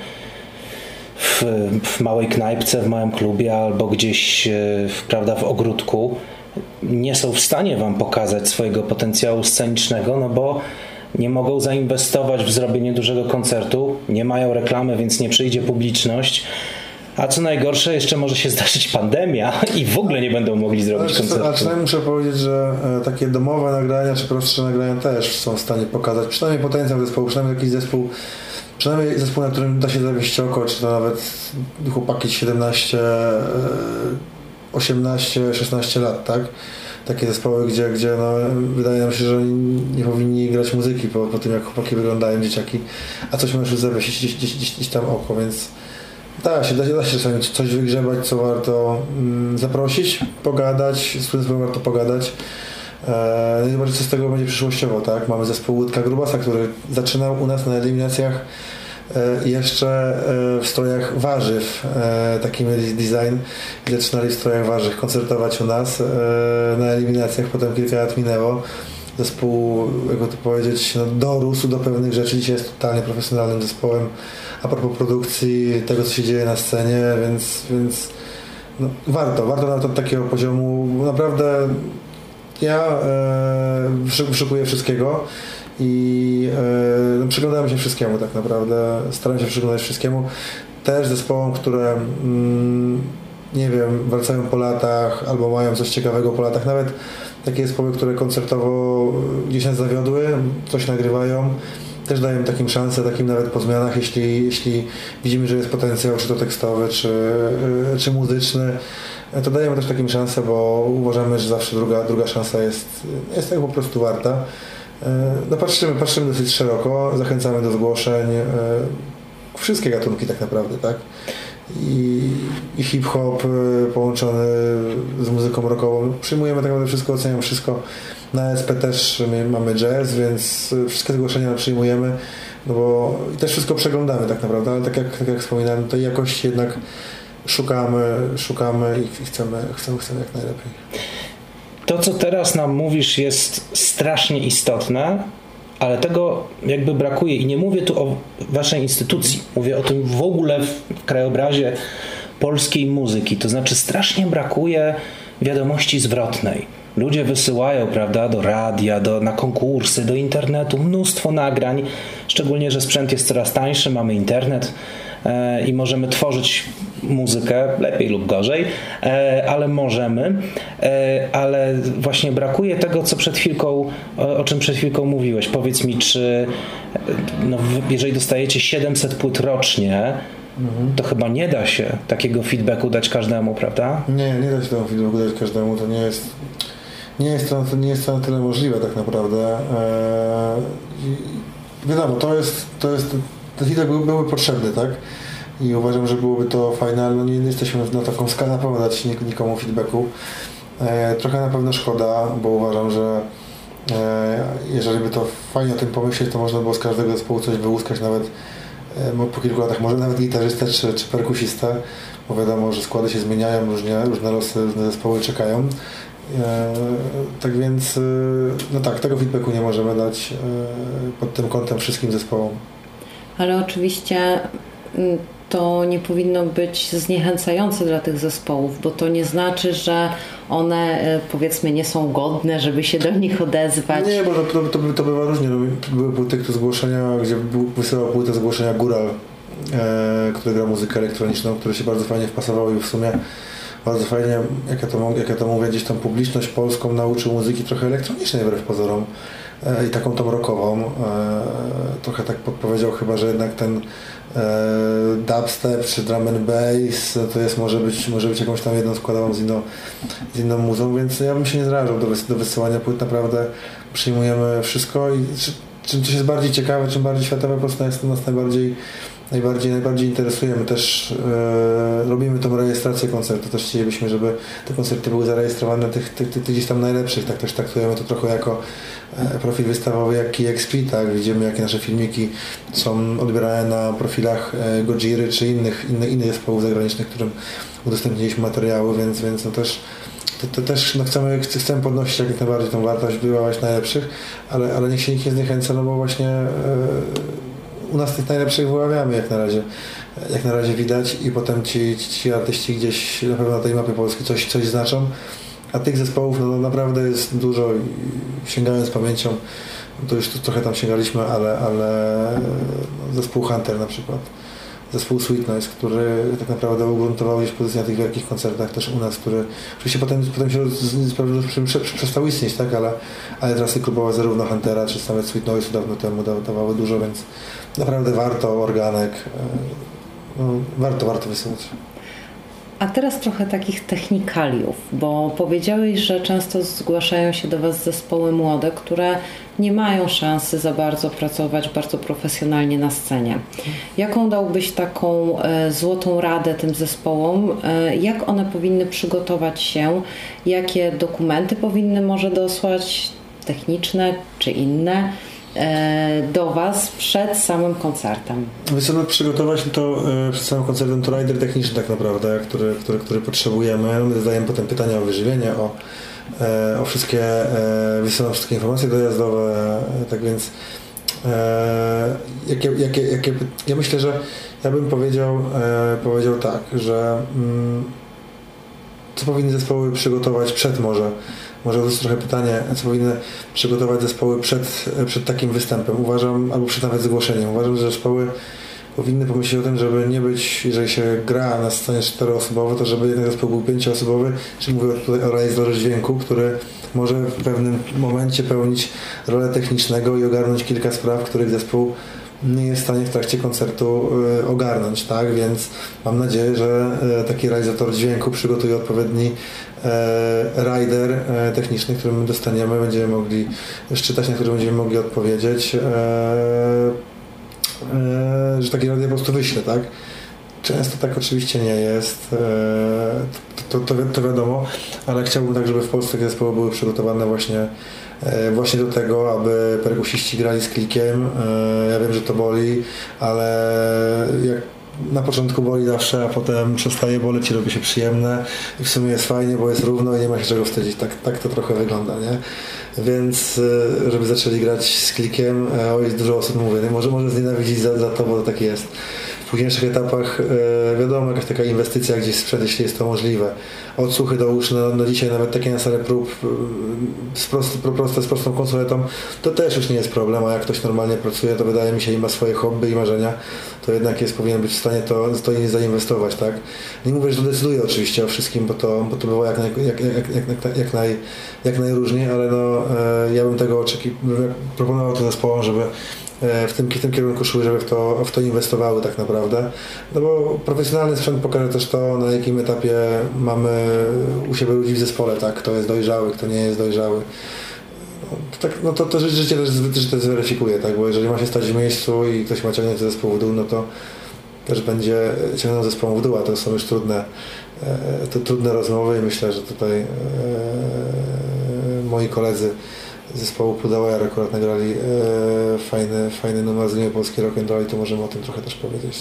Speaker 4: w, w małej knajpce, w małym klubie albo gdzieś e, w, prawda, w ogródku. Nie są w stanie wam pokazać swojego potencjału scenicznego, no bo nie mogą zainwestować w zrobienie dużego koncertu, nie mają reklamy, więc nie przyjdzie publiczność. A co najgorsze, jeszcze może się zdarzyć pandemia i w ogóle nie będą mogli zrobić koncertu.
Speaker 5: A przynajmniej muszę powiedzieć, że takie domowe nagrania czy prostsze nagrania też są w stanie pokazać przynajmniej potencjał zespołu, przynajmniej jakiś zespół, przynajmniej zespół, na którym da się zawieść oko, czy to nawet chłopaki siedemnaście, osiemnaście, szesnaście lat, tak? Takie zespoły, gdzie, gdzie no, wydaje nam się, że oni nie powinni grać muzyki po, po tym, jak chłopaki wyglądają, dzieciaki, a coś możesz zawieść gdzieś, gdzieś, gdzieś, gdzieś tam oko, więc Da się, da się, da się czasami coś wygrzebać, co warto mm, zaprosić, pogadać, z zespołem warto pogadać. No i zobaczyć, co z tego będzie przyszłościowo, tak? Mamy zespół Łódka Grubasa, który zaczynał u nas na eliminacjach e, jeszcze e, w strojach warzyw, e, taki mieli design, i zaczynali w strojach warzyw koncertować u nas e, na eliminacjach, potem kilka lat minęło. Zespół, jakby to powiedzieć, no, dorósł do pewnych rzeczy, dzisiaj jest totalnie profesjonalnym zespołem a propos produkcji, tego, co się dzieje na scenie, więc, więc no, warto, warto nawet od takiego poziomu. Naprawdę ja e, wyszukuję wszystkiego i e, no, przyglądam się wszystkiemu tak naprawdę, staram się przyglądać wszystkiemu. Też zespołom, które mm, nie wiem, wracają po latach albo mają coś ciekawego po latach, nawet takie zespoły, które koncertowo gdzieś nas zawiodły, coś nagrywają, też dają takim szansę, takim nawet po zmianach, jeśli, jeśli widzimy, że jest potencjał, czy to tekstowy, czy, czy muzyczny, to dajemy też takim szansę, bo uważamy, że zawsze druga, druga szansa jest, jest tego po prostu warta. No patrzymy, patrzymy dosyć szeroko, zachęcamy do zgłoszeń, wszystkie gatunki tak naprawdę, tak? I, i hip-hop połączony z muzyką rockową. Przyjmujemy tak naprawdę wszystko, oceniamy wszystko Na S P też mamy jazz, więc wszystkie zgłoszenia przyjmujemy, no bo i też wszystko przeglądamy tak naprawdę, ale tak jak, tak jak wspominałem, tej jakości jednak szukamy, szukamy i chcemy, chcemy, chcemy jak najlepiej.
Speaker 4: To, co teraz nam mówisz, jest strasznie istotne, ale tego jakby brakuje i nie mówię tu o waszej instytucji, mówię o tym w ogóle w krajobrazie polskiej muzyki, to znaczy strasznie brakuje wiadomości zwrotnej. Ludzie wysyłają, prawda, do radia, do, na konkursy, do internetu mnóstwo nagrań, szczególnie, że sprzęt jest coraz tańszy, mamy internet e, i możemy tworzyć muzykę, lepiej lub gorzej, e, ale możemy, e, ale właśnie brakuje tego, co przed chwilką, o, o czym przed chwilką mówiłeś. Powiedz mi, czy no, jeżeli dostajecie siedemset płyt rocznie, mhm. to chyba nie da się takiego feedbacku dać każdemu, prawda?
Speaker 5: Nie, nie da się tego feedbacku dać każdemu, to nie jest nie jest to, to nie jest to na tyle możliwe tak naprawdę. Eee, wiadomo, to jest, to jest ten feedback był, byłby potrzebny, tak? I uważam, że byłoby to fajne, ale no nie jesteśmy na taką skalę na pewno dać nikomu feedbacku. Eee, trochę na pewno szkoda, bo uważam, że eee, jeżeli by to fajnie o tym pomyśleć, to można było z każdego zespołu coś wyłuskać, nawet e, po kilku latach, może nawet gitarzystę czy, czy perkusistę, bo wiadomo, że składy się zmieniają, różnie, różne losy, różne zespoły czekają. E, tak więc, e, no tak, tego feedbacku nie możemy dać e, pod tym kątem wszystkim zespołom.
Speaker 3: Ale oczywiście to nie powinno być zniechęcające dla tych zespołów, bo to nie znaczy, że one powiedzmy nie są godne, żeby się do nich odezwać.
Speaker 5: Nie, bo to, to, to, to bywa różnie. Były płyty zgłoszenia, gdzie wysyłał płytę zgłoszenia Góral, e, który gra muzykę elektroniczną, które się bardzo fajnie wpasowały i w sumie bardzo fajnie, jak ja to, jak ja to mówię, gdzieś tam publiczność polską nauczył muzyki trochę elektronicznej wbrew pozorom e, i taką tą rockową. E, trochę tak podpowiedział chyba, że jednak ten e, dubstep czy drum and bass to jest, może być, może być jakąś tam jedną składową z inną, z inną muzą, więc ja bym się nie zrażał do, wys, do wysyłania płyt, naprawdę przyjmujemy wszystko i czy, czym coś jest bardziej ciekawe, czym bardziej światowe, po prostu jest to nas najbardziej Najbardziej, najbardziej interesujemy. Też e, robimy tą rejestrację koncertu. Też chcielibyśmy, żeby te koncerty były zarejestrowane tych, tych, tych, tych gdzieś tam najlepszych. Tak też traktujemy to trochę jako e, profil wystawowy, jak i X P, tak? Widzimy, jakie nasze filmiki są odbierane na profilach e, Gojiry czy innych, innych, innych zespołów zagranicznych, którym udostępniliśmy materiały, więc, więc no też To, to też no chcemy, chcemy podnosić jak najbardziej tą wartość, wyławać najlepszych, ale, ale niech się nikt nie zniechęca, no bo właśnie e, u nas tych najlepszych wyławiamy jak na razie, jak na razie widać i potem ci, ci, ci artyści gdzieś na pewno na tej mapie Polski coś, coś znaczą, a tych zespołów no, naprawdę jest dużo, sięgając pamięcią, to już to trochę tam sięgaliśmy, ale, ale no, zespół Hunter na przykład, zespół Sweet Noise, który tak naprawdę ugruntował gdzieś pozycję na tych wielkich koncertach też u nas, który oczywiście potem, potem się przestał istnieć, tak, ale, ale trasy klubowe zarówno Huntera, czy nawet Sweet Noise dawno temu dawały dużo, więc naprawdę warto, organek, no, warto, warto wysyłać.
Speaker 3: A teraz trochę takich technikaliów, bo powiedziałeś, że często zgłaszają się do Was zespoły młode, które nie mają szansy za bardzo pracować bardzo profesjonalnie na scenie. Jaką dałbyś taką e, złotą radę tym zespołom? E, jak one powinny przygotować się? Jakie dokumenty powinny może dosłać, techniczne czy inne, e, do Was przed samym koncertem?
Speaker 5: Żeby przygotować to e, przed samym koncertem, to rider techniczny tak naprawdę, który, który, który potrzebujemy. My zadajemy potem pytania o wyżywienie, o o wszystkie, wysyłam wszystkie informacje dojazdowe, tak więc e, jakie, jakie, jakie, ja myślę, że ja bym powiedział, e, powiedział tak, że mm, co powinny zespoły przygotować przed może, może to jest trochę pytanie, co powinny przygotować zespoły przed, przed takim występem, uważam, albo przed nawet zgłoszeniem, uważam, że zespoły powinny pomyśleć o tym, żeby nie być, jeżeli się gra na scenie czteroosobowo, to żeby jeden zespół był pięcioosobowy, czyli mówię tutaj o rejestratorze dźwięku, który może w pewnym momencie pełnić rolę technicznego i ogarnąć kilka spraw, których zespół nie jest w stanie w trakcie koncertu y, ogarnąć, tak? Więc mam nadzieję, że y, taki realizator dźwięku przygotuje odpowiedni y, rider y, techniczny, który my dostaniemy, będziemy mogli szczytać, na który będziemy mogli odpowiedzieć. Y, że taki radio po prostu wyśle, tak? Często tak oczywiście nie jest, to, to, to wiadomo, ale chciałbym tak, żeby w Polsce takie zespoły były przygotowane właśnie właśnie do tego, aby perkusiści grali z klikiem. Ja wiem, że to boli, ale jak na początku boli zawsze, a potem przestaje boleć i robi się przyjemne i w sumie jest fajnie, bo jest równo i nie ma się czego wstydzić. Tak, tak to trochę wygląda, nie? Więc żeby zaczęli grać z klikiem, oj, dużo osób mówi, może, może znienawidzić za, za to, bo to tak jest. W późniejszych etapach wiadomo, jakaś taka inwestycja gdzieś sprzed, jeśli jest to możliwe. Odsłuchy do usz, no, no dzisiaj nawet takie na salę prób z, prost, proste, z prostą konsoletą, to też już nie jest problem, a jak ktoś normalnie pracuje, to wydaje mi się i ma swoje hobby i marzenia, to jednak jest powinien być w stanie to, to nie zainwestować, tak? Nie mówię, że decyduje oczywiście o wszystkim, bo to, bo to bywa jak, naj, jak, jak, jak, jak, jak, naj, jak najróżniej, ale no, e, ja bym tego oczekiwał, proponował to zespołom, żeby w tym, w tym kierunku szły, żeby w to, w to inwestowały tak naprawdę. No bo profesjonalny sprzęt pokaże też to, na jakim etapie mamy u siebie ludzi w zespole, tak? Kto jest dojrzały, kto nie jest dojrzały. No to, tak, no to, to życie też, też to zweryfikuje, tak? Bo jeżeli ma się stać w miejscu i ktoś ma ciągnąć zespół w dół, no to też będzie ciągnął zespoł w dół, a to są już trudne, to trudne rozmowy i myślę, że tutaj e, moi koledzy zespołu Pudełer akurat nagrali e, fajny, fajny numer z Unii Polskiej Rock and Roll i to możemy o tym trochę też powiedzieć.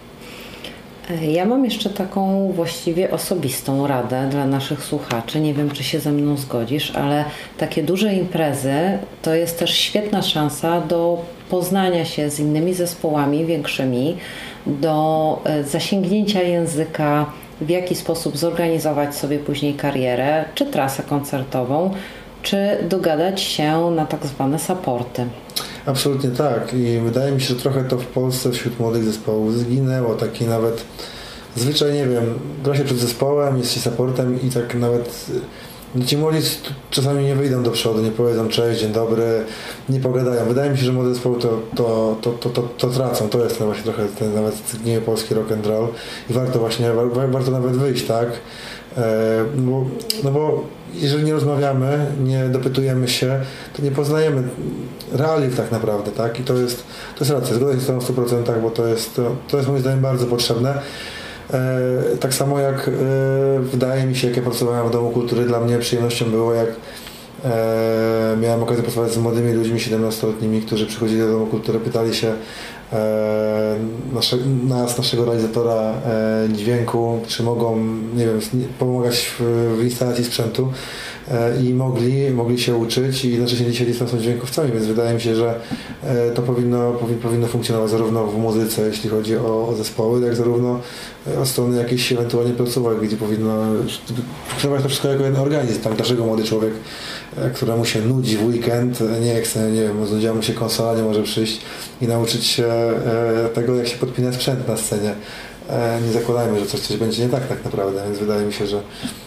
Speaker 5: Nie?
Speaker 3: Ja mam jeszcze taką właściwie osobistą radę dla naszych słuchaczy. Nie wiem, czy się ze mną zgodzisz, ale takie duże imprezy to jest też świetna szansa do poznania się z innymi zespołami większymi, do zasięgnięcia języka, w jaki sposób zorganizować sobie później karierę, czy trasę koncertową, czy dogadać się na tak zwane supporty.
Speaker 5: Absolutnie tak i wydaje mi się, że trochę to w Polsce wśród młodych zespołów zginęło, taki nawet zwyczaj, nie wiem, gra się przed zespołem, jest się supportem i tak nawet ci młodzi czasami nie wyjdą do przodu, nie powiedzą cześć, dzień dobry, nie pogadają. Wydaje mi się, że młode zespoły to, to, to, to, to, to tracą, to jest właśnie trochę ten nawet zgniły polski rock and roll i warto właśnie, warto nawet wyjść, tak? E, bo, no bo jeżeli nie rozmawiamy, nie dopytujemy się, to nie poznajemy realiów tak naprawdę, tak? I to jest, to jest racja, zgodzę się z tą w stu procentach, bo to jest, to, to jest moim zdaniem bardzo potrzebne. E, tak samo jak e, wydaje mi się, jak ja pracowałem w Domu Kultury, dla mnie przyjemnością było, jak e, miałem okazję pracować z młodymi ludźmi, siedemnastoletnimi, którzy przychodzili do Domu Kultury, pytali się e, nasze, nas, naszego realizatora e, dźwięku, czy mogą, nie wiem, pomagać w, w instalacji sprzętu e, i mogli, mogli się uczyć i jednocześnie dzisiaj są dźwiękowcami, więc wydaje mi się, że e, to powinno, powi, powinno funkcjonować zarówno w muzyce, jeśli chodzi o, o zespoły, jak zarówno od strony jakichś ewentualnie placówek, gdzie powinno funkcjonować to wszystko jako jeden organizm. Tak, dlaczego młody człowiek, któremu się nudzi w weekend, nie chce, nie wiem, znudziła mu się konsola, nie może przyjść i nauczyć się tego, jak się podpina sprzęt na scenie. Nie zakładajmy, że coś, coś będzie nie tak tak naprawdę, więc wydaje mi się, że,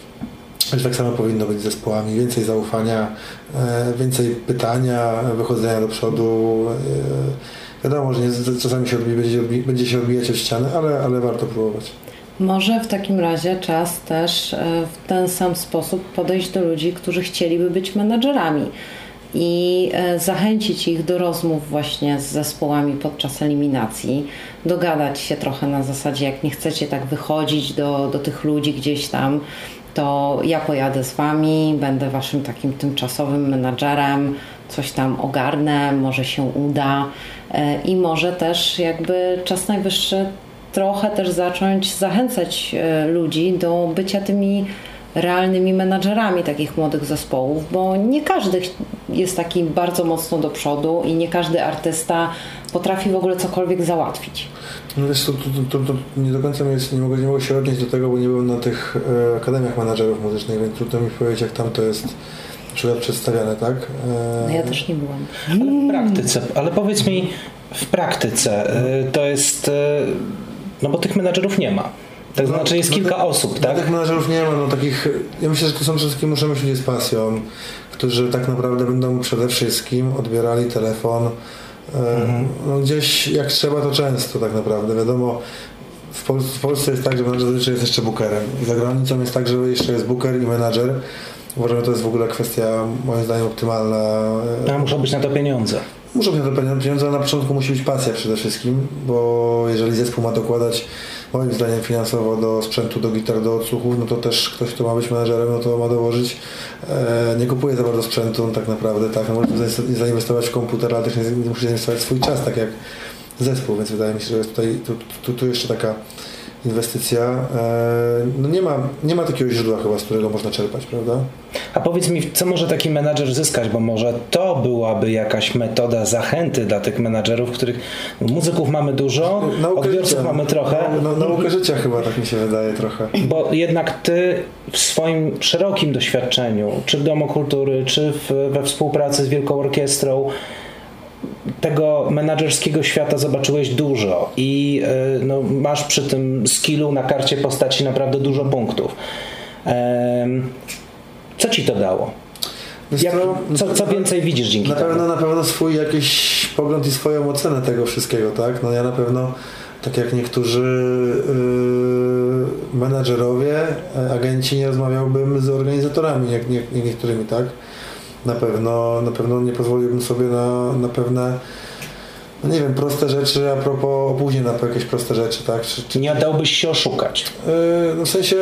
Speaker 5: że tak samo powinno być z zespołami. Więcej zaufania, więcej pytania, wychodzenia do przodu. Wiadomo, że nie, czasami się odbije, będzie, odbije, będzie się odbijać od ściany, ale, ale warto próbować.
Speaker 3: Może w takim razie czas też w ten sam sposób podejść do ludzi, którzy chcieliby być menadżerami i zachęcić ich do rozmów właśnie z zespołami podczas eliminacji, dogadać się trochę na zasadzie, jak nie chcecie tak wychodzić do, do tych ludzi gdzieś tam, to ja pojadę z wami, będę waszym takim tymczasowym menadżerem, coś tam ogarnę, może się uda i może też jakby czas najwyższy trochę też zacząć zachęcać ludzi do bycia tymi realnymi menadżerami takich młodych zespołów, bo nie każdy jest taki bardzo mocno do przodu i nie każdy artysta potrafi w ogóle cokolwiek załatwić.
Speaker 5: No wiesz, to, to, to, to nie do końca jest, nie mogę, nie mogę się odnieść do tego, bo nie byłem na tych e, akademiach menadżerów muzycznych, więc trudno mi powiedzieć, jak tam to jest na przykład przedstawiane, tak? E...
Speaker 3: No ja też nie byłam.
Speaker 4: Ale w praktyce, ale powiedz mi, w praktyce e, to jest, e, no bo tych menadżerów nie ma. Tak, no, znaczy jest no, kilka no, osób, tak?
Speaker 5: Tych menadżerów nie ma, no takich, ja myślę, że to są przede wszystkim muszą być ludzie z pasją, którzy tak naprawdę będą przede wszystkim odbierali telefon mhm. no, gdzieś jak trzeba, to często tak naprawdę. Wiadomo, w, Pol- w Polsce jest tak, że menadżer jest jeszcze bookerem. Za granicą jest tak, że jeszcze jest booker i menadżer. Uważam, że to jest w ogóle kwestia moim zdaniem optymalna.
Speaker 4: A muszą być na to pieniądze. Muszą
Speaker 5: być na to pieniądze, ale na początku musi być pasja przede wszystkim, bo jeżeli zespół ma dokładać moim zdaniem finansowo do sprzętu, do gitar, do odsłuchów, no to też ktoś, kto ma być menadżerem, no to ma dołożyć e, nie kupuję za bardzo sprzętu tak naprawdę, tak, no może zainwestować w komputer, ale też nie, nie muszę zainwestować w swój czas, tak jak zespół, więc wydaje mi się, że jest tutaj tu, tu, tu jeszcze taka inwestycja. E, no nie ma, nie ma takiego źródła chyba, z którego można czerpać, prawda?
Speaker 4: A powiedz mi, co może taki menadżer zyskać, bo może to byłaby jakaś metoda zachęty dla tych menadżerów, których no, muzyków mamy dużo,
Speaker 5: naukę
Speaker 4: odbiorców
Speaker 5: życia.
Speaker 4: mamy trochę.
Speaker 5: No, no, naukę życia chyba, tak mi się wydaje trochę.
Speaker 4: Bo jednak ty w swoim szerokim doświadczeniu, czy w Domu Kultury, czy w, we współpracy z Wielką Orkiestrą, tego menadżerskiego świata zobaczyłeś dużo i yy, no, masz przy tym skillu na karcie postaci naprawdę dużo punktów. Ehm, co ci to dało? Jak, co, co więcej widzisz dzięki
Speaker 5: na
Speaker 4: temu?
Speaker 5: pewno, na pewno swój jakiś pogląd i swoją ocenę tego wszystkiego, tak? No ja na pewno, tak jak niektórzy yy, menadżerowie, agenci, nie rozmawiałbym z organizatorami, jak nie, nie niektórymi, tak? Na pewno, na pewno nie pozwoliłbym sobie na, na pewne, no nie wiem, proste rzeczy, a propos opóźnień na jakieś proste rzeczy, tak? Czy, czy,
Speaker 4: nie dałbyś się oszukać?
Speaker 5: Yy, no w sensie,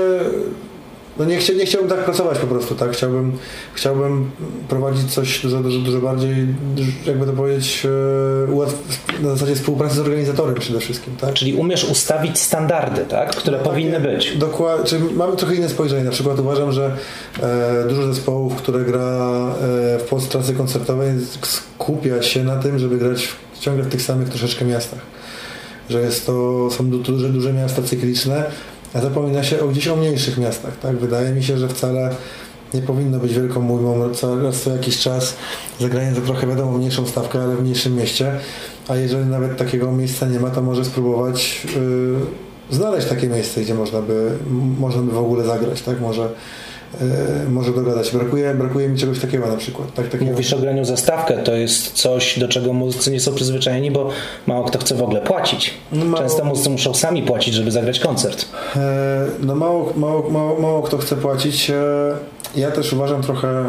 Speaker 5: no nie, chcia, nie chciałbym tak pracować po prostu, tak? Chciałbym, chciałbym prowadzić coś dużo, dużo, dużo bardziej, jakby to powiedzieć, yy, na zasadzie współpracy z organizatorem przede wszystkim, tak?
Speaker 4: Czyli umiesz ustawić standardy, tak? Które no, powinny takie, być.
Speaker 5: Dokładnie, czyli mamy trochę inne spojrzenie. Na przykład uważam, że e, dużo zespołów, które gra e, w Polsce trasy koncertowej, skupia się na tym, żeby grać w, ciągle w tych samych troszeczkę miastach. Że jest to, są duże, duże miasta cykliczne, a zapomina się o gdzieś o mniejszych miastach, tak? Wydaje mi się, że wcale nie powinno być wielką mójmą raz co jakiś czas zagranie za trochę wiadomo mniejszą stawkę, ale w mniejszym mieście, a jeżeli nawet takiego miejsca nie ma, to może spróbować yy, znaleźć takie miejsce, gdzie można by, można by w ogóle zagrać, tak? Może, yy, może dogadać. Brakuje, brakuje mi czegoś takiego na przykład. Tak, takiego...
Speaker 4: Mówisz o graniu za stawkę, to jest coś, do czego muzycy nie są przyzwyczajeni, bo mało kto chce w ogóle płacić.
Speaker 5: No mało... Często
Speaker 4: muzycy muszą sami płacić, żeby zagrać koncert.
Speaker 5: Yy, no mało, mało, mało, mało kto chce płacić. Yy, ja też uważam trochę,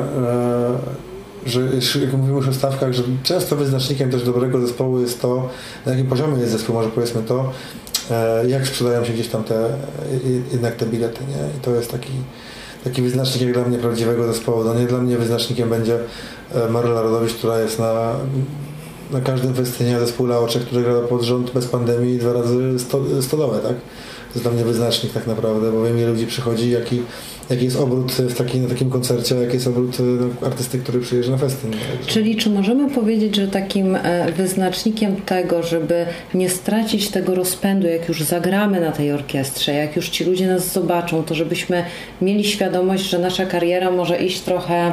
Speaker 5: yy, że jak mówimy już o stawkach, że często wyznacznikiem też dobrego zespołu jest to, na jakim poziomie jest zespół, może powiedzmy to, jak sprzedają się gdzieś tam te, jednak te bilety, nie? I to jest taki, taki wyznacznik jak dla mnie prawdziwego zespołu. No nie dla mnie wyznacznikiem będzie Maryla Rodowicz, która jest na, na każdym festynie, zespół Laocze, który gra pod rząd bez pandemii dwa razy stodowe, tak? To jest dla mnie wyznacznik tak naprawdę, bo wiem, ile ludzi przychodzi, jaki, jaki jest obrót w taki, na takim koncercie, jaki jest obrót no, artysty, który przyjeżdża na festyn.
Speaker 3: Czyli czy możemy powiedzieć, że takim wyznacznikiem tego, żeby nie stracić tego rozpędu, jak już zagramy na tej orkiestrze, jak już ci ludzie nas zobaczą, to żebyśmy mieli świadomość, że nasza kariera może iść trochę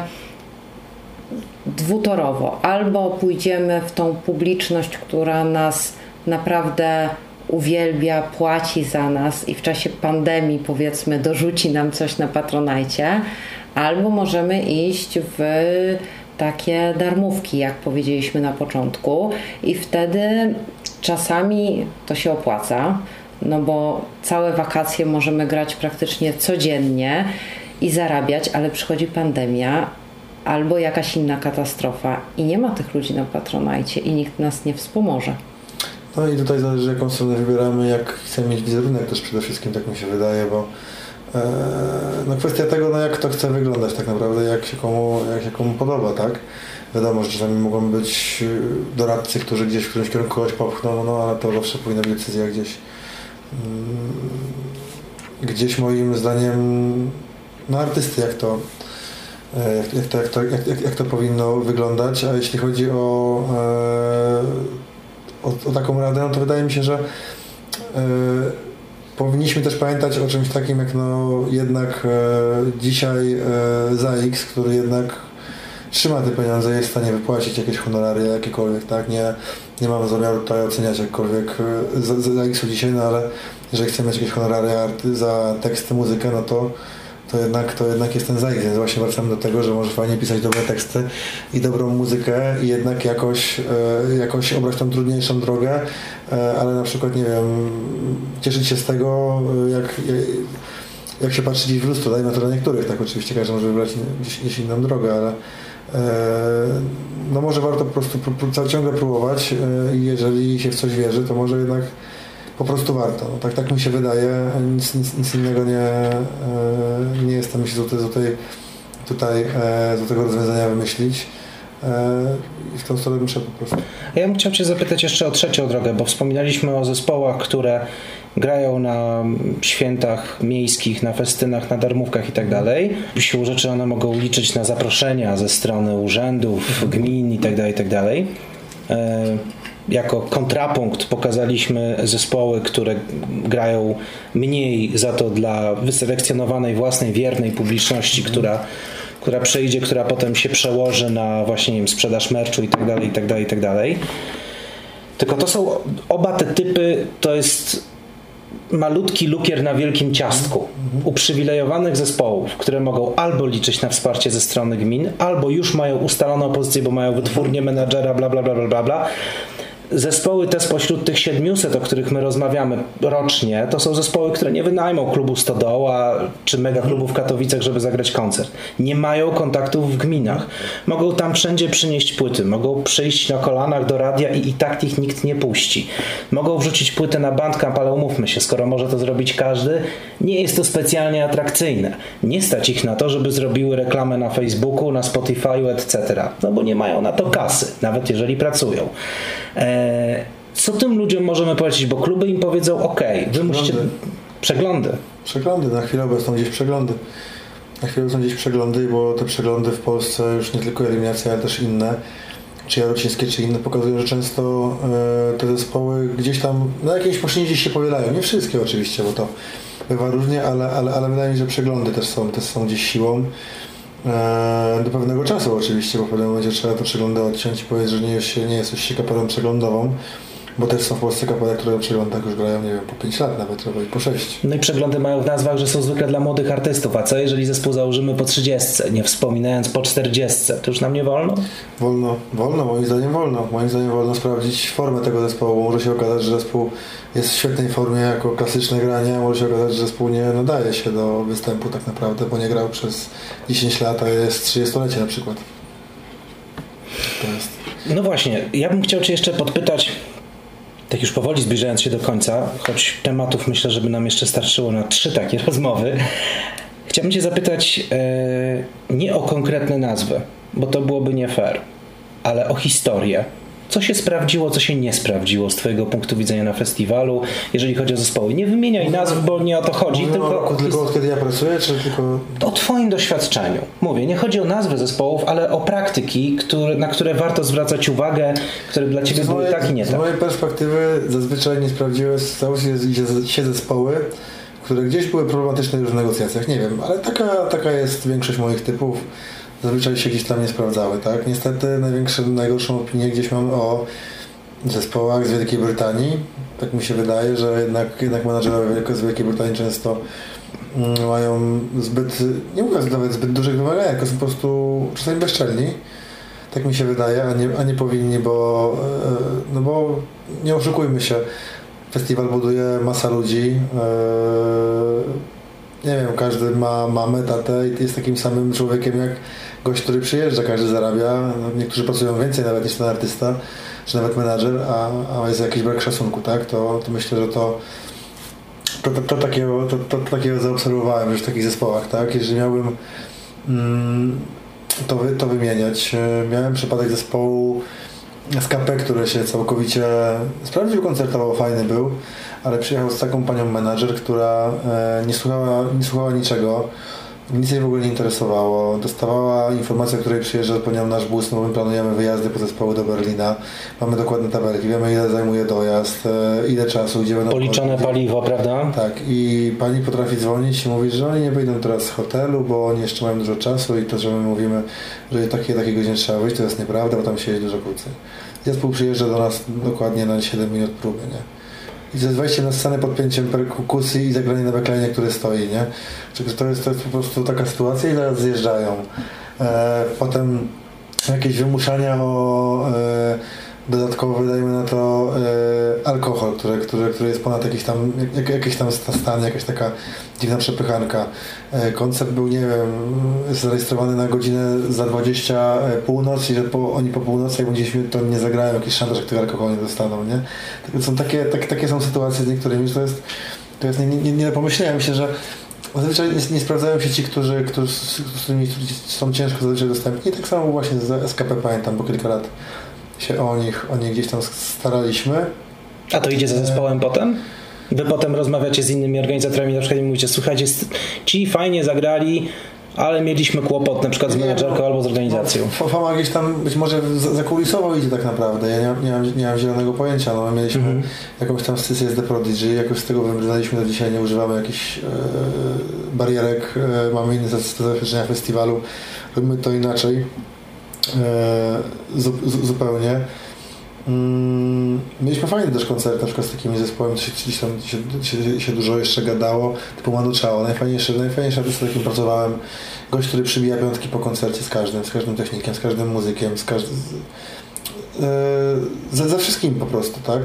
Speaker 3: dwutorowo. Albo pójdziemy w tą publiczność, która nas naprawdę uwielbia, płaci za nas i w czasie pandemii, powiedzmy, dorzuci nam coś na Patronite, albo możemy iść w takie darmówki, jak powiedzieliśmy na początku, i wtedy czasami to się opłaca, no bo całe wakacje możemy grać praktycznie codziennie i zarabiać, ale przychodzi pandemia albo jakaś inna katastrofa i nie ma tych ludzi na Patronite i nikt nas nie wspomoże.
Speaker 5: No i tutaj zależy, jaką stronę wybieramy, jak chcemy mieć wizerunek też przede wszystkim, tak mi się wydaje, bo e, no kwestia tego, no jak to chce wyglądać tak naprawdę, jak się komu, jak się komu podoba, tak? Wiadomo, że czasami mogą być doradcy, którzy gdzieś w którymś kierunku kogoś popchną, no ale to zawsze powinna być decyzja gdzieś mm, gdzieś moim zdaniem no artysty, jak to jak, jak, to, jak, to, jak, jak, jak to powinno wyglądać, a jeśli chodzi o e, O, o taką radę, no to wydaje mi się, że e, powinniśmy też pamiętać o czymś takim jak no jednak e, dzisiaj e, Zaix, który jednak trzyma te pieniądze, jest w stanie wypłacić jakieś honorary jakiekolwiek, tak? Nie, nie mam zamiaru tutaj oceniać jakkolwiek Zaixu dzisiaj, no ale jeżeli chcemy mieć jakieś honorary za teksty, muzykę, no to to jednak, to jednak jest ten Zaix, więc właśnie wracamy do tego, że może fajnie pisać dobre teksty i dobrą muzykę i jednak jakoś, e, jakoś obrać tą trudniejszą drogę, e, ale na przykład, nie wiem, cieszyć się z tego, jak, jak się patrzy gdzieś w lustro, dajmy to dla niektórych, tak oczywiście każdy może wybrać gdzieś, gdzieś inną drogę, ale e, no może warto po prostu pró- ciągle próbować e, i jeżeli się w coś wierzy, to może jednak po prostu warto. No, tak, tak mi się wydaje. Nic, nic, nic innego nie, nie jestem myślę tutaj, tutaj, tutaj e, do tego rozwiązania wymyślić. I w tą stronę muszę po prostu.
Speaker 4: Ja bym chciał Cię zapytać jeszcze o trzecią drogę, bo wspominaliśmy o zespołach, które grają na świętach miejskich, na festynach, na darmówkach i tak dalej. Siłą rzeczy one mogą liczyć na zaproszenia ze strony urzędów, gmin i tak dalej, i tak dalej. Jako kontrapunkt pokazaliśmy zespoły, które grają mniej, za to dla wyselekcjonowanej własnej, wiernej publiczności, która która przejdzie, która potem się przełoży na właśnie, nie wiem, sprzedaż merchu i tak dalej, i tak dalej, i tak dalej. Tylko to są, oba te typy to jest malutki lukier na wielkim ciastku uprzywilejowanych zespołów, które mogą albo liczyć na wsparcie ze strony gmin, albo już mają ustaloną pozycję, bo mają wytwórnię, menadżera, bla, bla, bla, bla, bla, bla. Zespoły te spośród tych siedmiuset, o których my rozmawiamy rocznie, to są zespoły, które nie wynajmą klubu Stodoła czy mega klubu w Katowicach, żeby zagrać koncert. Nie mają kontaktów w gminach. Mogą tam wszędzie przynieść płyty, mogą przyjść na kolanach do radia i i tak ich nikt nie puści. Mogą wrzucić płytę na Bandcamp, ale umówmy się, skoro może to zrobić każdy, nie jest to specjalnie atrakcyjne. Nie stać ich na to, żeby zrobiły reklamę na Facebooku, na Spotify'u, et cetera. No bo nie mają na to kasy, nawet jeżeli pracują. Co tym ludziom możemy powiedzieć? Bo kluby im powiedzą, ok, wy musicie... Przeglądy.
Speaker 5: Przeglądy, na chwilę obecną gdzieś przeglądy. Na chwilę obecną gdzieś przeglądy, bo te przeglądy w Polsce, już nie tylko eliminacja, ale też inne, czy jarocińskie, czy inne, pokazują, że często e, te zespoły gdzieś tam na jakiejś płaszczyźnie gdzieś się powielają. Nie wszystkie oczywiście, bo to bywa różnie, ale, ale, ale wydaje mi się, że przeglądy też są, też są gdzieś siłą. Do pewnego czasu oczywiście, bo w pewnym momencie trzeba te przeglądy odciąć i powiedzieć, że nie jest, nie jesteś się kapelą przeglądową, bo też są w Polsce kapele, które w przeglądach już grają, nie wiem, po pięć lat nawet, albo i po sześć.
Speaker 4: No i przeglądy mają w nazwach, że są zwykle dla młodych artystów, a co jeżeli zespół założymy po trzydziestce, nie wspominając po czterdziestce, to już nam nie wolno?
Speaker 5: Wolno, wolno, moim zdaniem wolno. Moim zdaniem wolno sprawdzić formę tego zespołu, bo może się okazać, że zespół jest w świetnej formie jako klasyczne granie, a może się okazać, że zespół nie nadaje się do występu tak naprawdę, bo nie grał przez dziesięć lat, a jest trzydziestolecie na przykład. To jest.
Speaker 4: No właśnie, ja bym chciał Cię jeszcze podpytać, tak już powoli zbliżając się do końca, choć tematów myślę, żeby nam jeszcze starczyło na trzy takie rozmowy, chciałbym Cię zapytać e, nie o konkretne nazwy, bo to byłoby nie fair, ale o historię. Co się sprawdziło, co się nie sprawdziło z Twojego punktu widzenia na festiwalu, jeżeli chodzi o zespoły? Nie wymieniaj nazw, bo nie o to chodzi.
Speaker 5: Mówię
Speaker 4: tylko
Speaker 5: o, tylko od kiedy ja pracuję, czy tylko...
Speaker 4: O Twoim doświadczeniu. Mówię, nie chodzi o nazwy zespołów, ale o praktyki, które, na które warto zwracać uwagę, które dla Ciebie były tak i nie tak.
Speaker 5: Z mojej perspektywy zazwyczaj nie sprawdziły się zespoły, które gdzieś były problematyczne już w negocjacjach. Nie wiem, ale taka, taka jest większość moich typów. Zazwyczaj się gdzieś tam nie sprawdzały, tak? Niestety największe, najgorszą opinię gdzieś mam o zespołach z Wielkiej Brytanii. Tak mi się wydaje, że jednak, jednak menadżerowie z Wielkiej Brytanii często mm, mają zbyt, nie mówię nawet zbyt dużych wymagań, tylko są po prostu czasami bezczelni. Tak mi się wydaje, a nie, a nie powinni, bo, no bo nie oszukujmy się. Festiwal buduje masa ludzi. Nie wiem, każdy ma mamę, tatę i jest takim samym człowiekiem jak gość, który przyjeżdża, każdy zarabia. No, niektórzy pracują więcej nawet niż ten artysta, czy nawet menadżer, a, a jest jakiś brak szacunku, tak? To, to myślę, że to to, to, to, takiego, to, to, to takiego zaobserwowałem już w takich zespołach, tak? Jeżeli miałbym mm, to, wy, to wymieniać, miałem przypadek zespołu z K P, który się całkowicie sprawdził koncertowo, fajny był, ale przyjechał z taką panią menadżer, która e, nie, słuchała, nie słuchała niczego, nic jej w ogóle nie interesowało. Dostawała informację, o której przyjeżdża po nią nasz bus, no my planujemy wyjazdy po zespołu do Berlina. Mamy dokładne tabelki, wiemy ile zajmuje dojazd, e, ile czasu, gdzie będą...
Speaker 4: Policzone paliwo, prawda?
Speaker 5: Tak, i pani potrafi dzwonić i mówić, że oni nie wyjdą teraz z hotelu, bo oni jeszcze mają dużo czasu i to, że my mówimy, że takie takie godziny trzeba wyjść, to jest nieprawda, bo tam siedzi dużo krócej. Zespół przyjeżdża do nas dokładnie na siedem minut próby, nie? I ze wejściem na scenę pod pięciem perkusji i zagranie na backline, który stoi, nie? To jest, to jest po prostu taka sytuacja i teraz zjeżdżają. E, potem jakieś wymuszania o e, dodatkowo, dajmy na to, e, alkohol, który, który, który jest ponad jakiś tam, jak, jakiś tam stan, jakaś taka dziwna przepychanka. E, koncert był, nie wiem, zarejestrowany na godzinę za dwadzieścia północ i że po, oni po północy, jak gdzieś to nie zagrają, jakiś szantaż, jak tego alkoholu nie dostaną, nie? To są takie, tak, takie są sytuacje z niektórymi, że to jest, to jest nie, nie, nie pomyślałem się, że Zazwyczaj nie, nie sprawdzają się ci, którzy, którzy, z którymi są ciężko zazwyczaj dostępni. Tak samo właśnie z S K P pamiętam, bo kilka lat się o nich, o nich gdzieś tam staraliśmy.
Speaker 4: A to idzie ze zespołem potem? Wy potem rozmawiacie z innymi organizatorami, na przykład i mówicie, słuchajcie, ci fajnie zagrali, ale mieliśmy kłopot na przykład z menadżerką albo z organizacją.
Speaker 5: No, Fama gdzieś tam być może zakulisowo idzie tak naprawdę. Ja nie, nie, mam, nie mam zielonego pojęcia. No, mieliśmy mm-hmm. jakąś tam stycję z The Prodigy, jakoś z tego wybrnęliśmy do dzisiaj, nie używamy jakichś e, barierek, e, mamy inne zabezpieczenia festiwalu, robimy to inaczej e, zu, zu, zupełnie. Mm, mieliśmy fajny też koncert na przykład z takimi zespołami, to się, się, się, się dużo jeszcze gadało, typu Manu Chao, najfajniejszy, najfajniejszy artysta, z jakim pracowałem, gość, który przybija piątki po koncercie z każdym, z każdym technikiem, z każdym muzykiem, z każdym, z, e, ze, ze wszystkim po prostu, tak?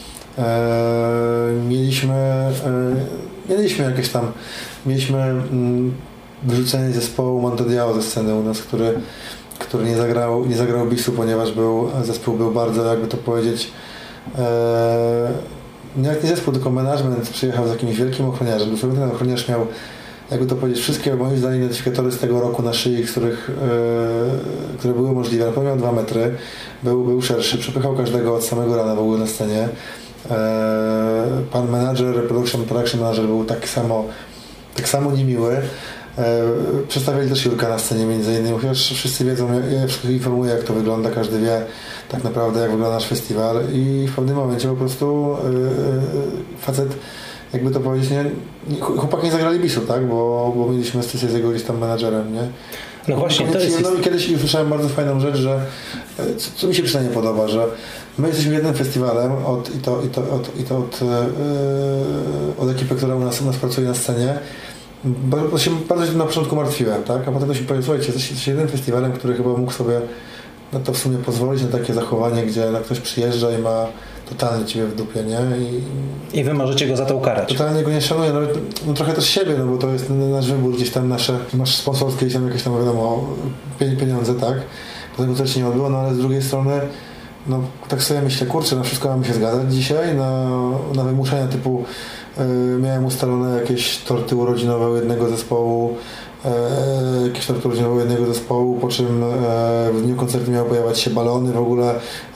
Speaker 5: E, mieliśmy, e, mieliśmy jakieś tam, mieliśmy mm, wyrzucenie zespołu Monte Diao ze sceny u nas, który który nie zagrał, nie zagrał bisu, ponieważ był, zespół był bardzo, jakby to powiedzieć, e, nie jak nie zespół, tylko management przyjechał z jakimś wielkim ochroniarzem. Dosłownie ten ochroniarz miał, jakby to powiedzieć, wszystkie moim zdaniem identyfikatory z tego roku na szyi, z których, e, które były możliwe. Na pewno miał dwa metry, był, był szerszy, przepychał każdego od samego rana w ogóle na scenie. E, pan menadżer, production, production manager był tak samo, tak samo niemiły. Przedstawiali też Jurka na scenie między innymi, chociaż wszyscy wiedzą, ja wszystkich informuję, jak to wygląda, każdy wie tak naprawdę, jak wygląda nasz festiwal i w pewnym momencie po prostu yy, facet, jakby to powiedzieć, nie, nie, chłopaki nie zagrali bisu, tak, bo, bo mieliśmy stycję z jego gdzieś tam menadżerem, nie?
Speaker 4: No właśnie, to jest...
Speaker 5: No i kiedyś usłyszałem bardzo fajną rzecz, że co, co mi się przynajmniej podoba, że my jesteśmy jednym festiwalem od, i to, i to, od, i to od, yy, od ekipy, która u nas, u nas pracuje na scenie. Bardzo się bardzo się na początku martwiłem, tak? A potem się powiedział, słuchajcie, jesteście jednym festiwalem, który chyba mógł sobie na to w sumie pozwolić, na takie zachowanie, gdzie ktoś przyjeżdża i ma totalnie ciebie w dupie, nie? I,
Speaker 4: I wy możecie go za to ukarać.
Speaker 5: Totalnie go nie szanuję, no, no trochę też siebie, no bo to jest nasz wybór, gdzieś tam nasze, masz sponsorskie, gdzieś tam jakieś tam wiadomo pieniądze, tak? Potem to się nie odbyło, no ale z drugiej strony no tak sobie myślę, kurczę, na wszystko mamy się zgadzać dzisiaj, na, na wymuszenia typu yy, miałem ustalone jakieś torty urodzinowe u jednego zespołu, yy, jakieś torty urodzinowe u jednego zespołu, po czym yy, w dniu koncertu miały pojawiać się balony w ogóle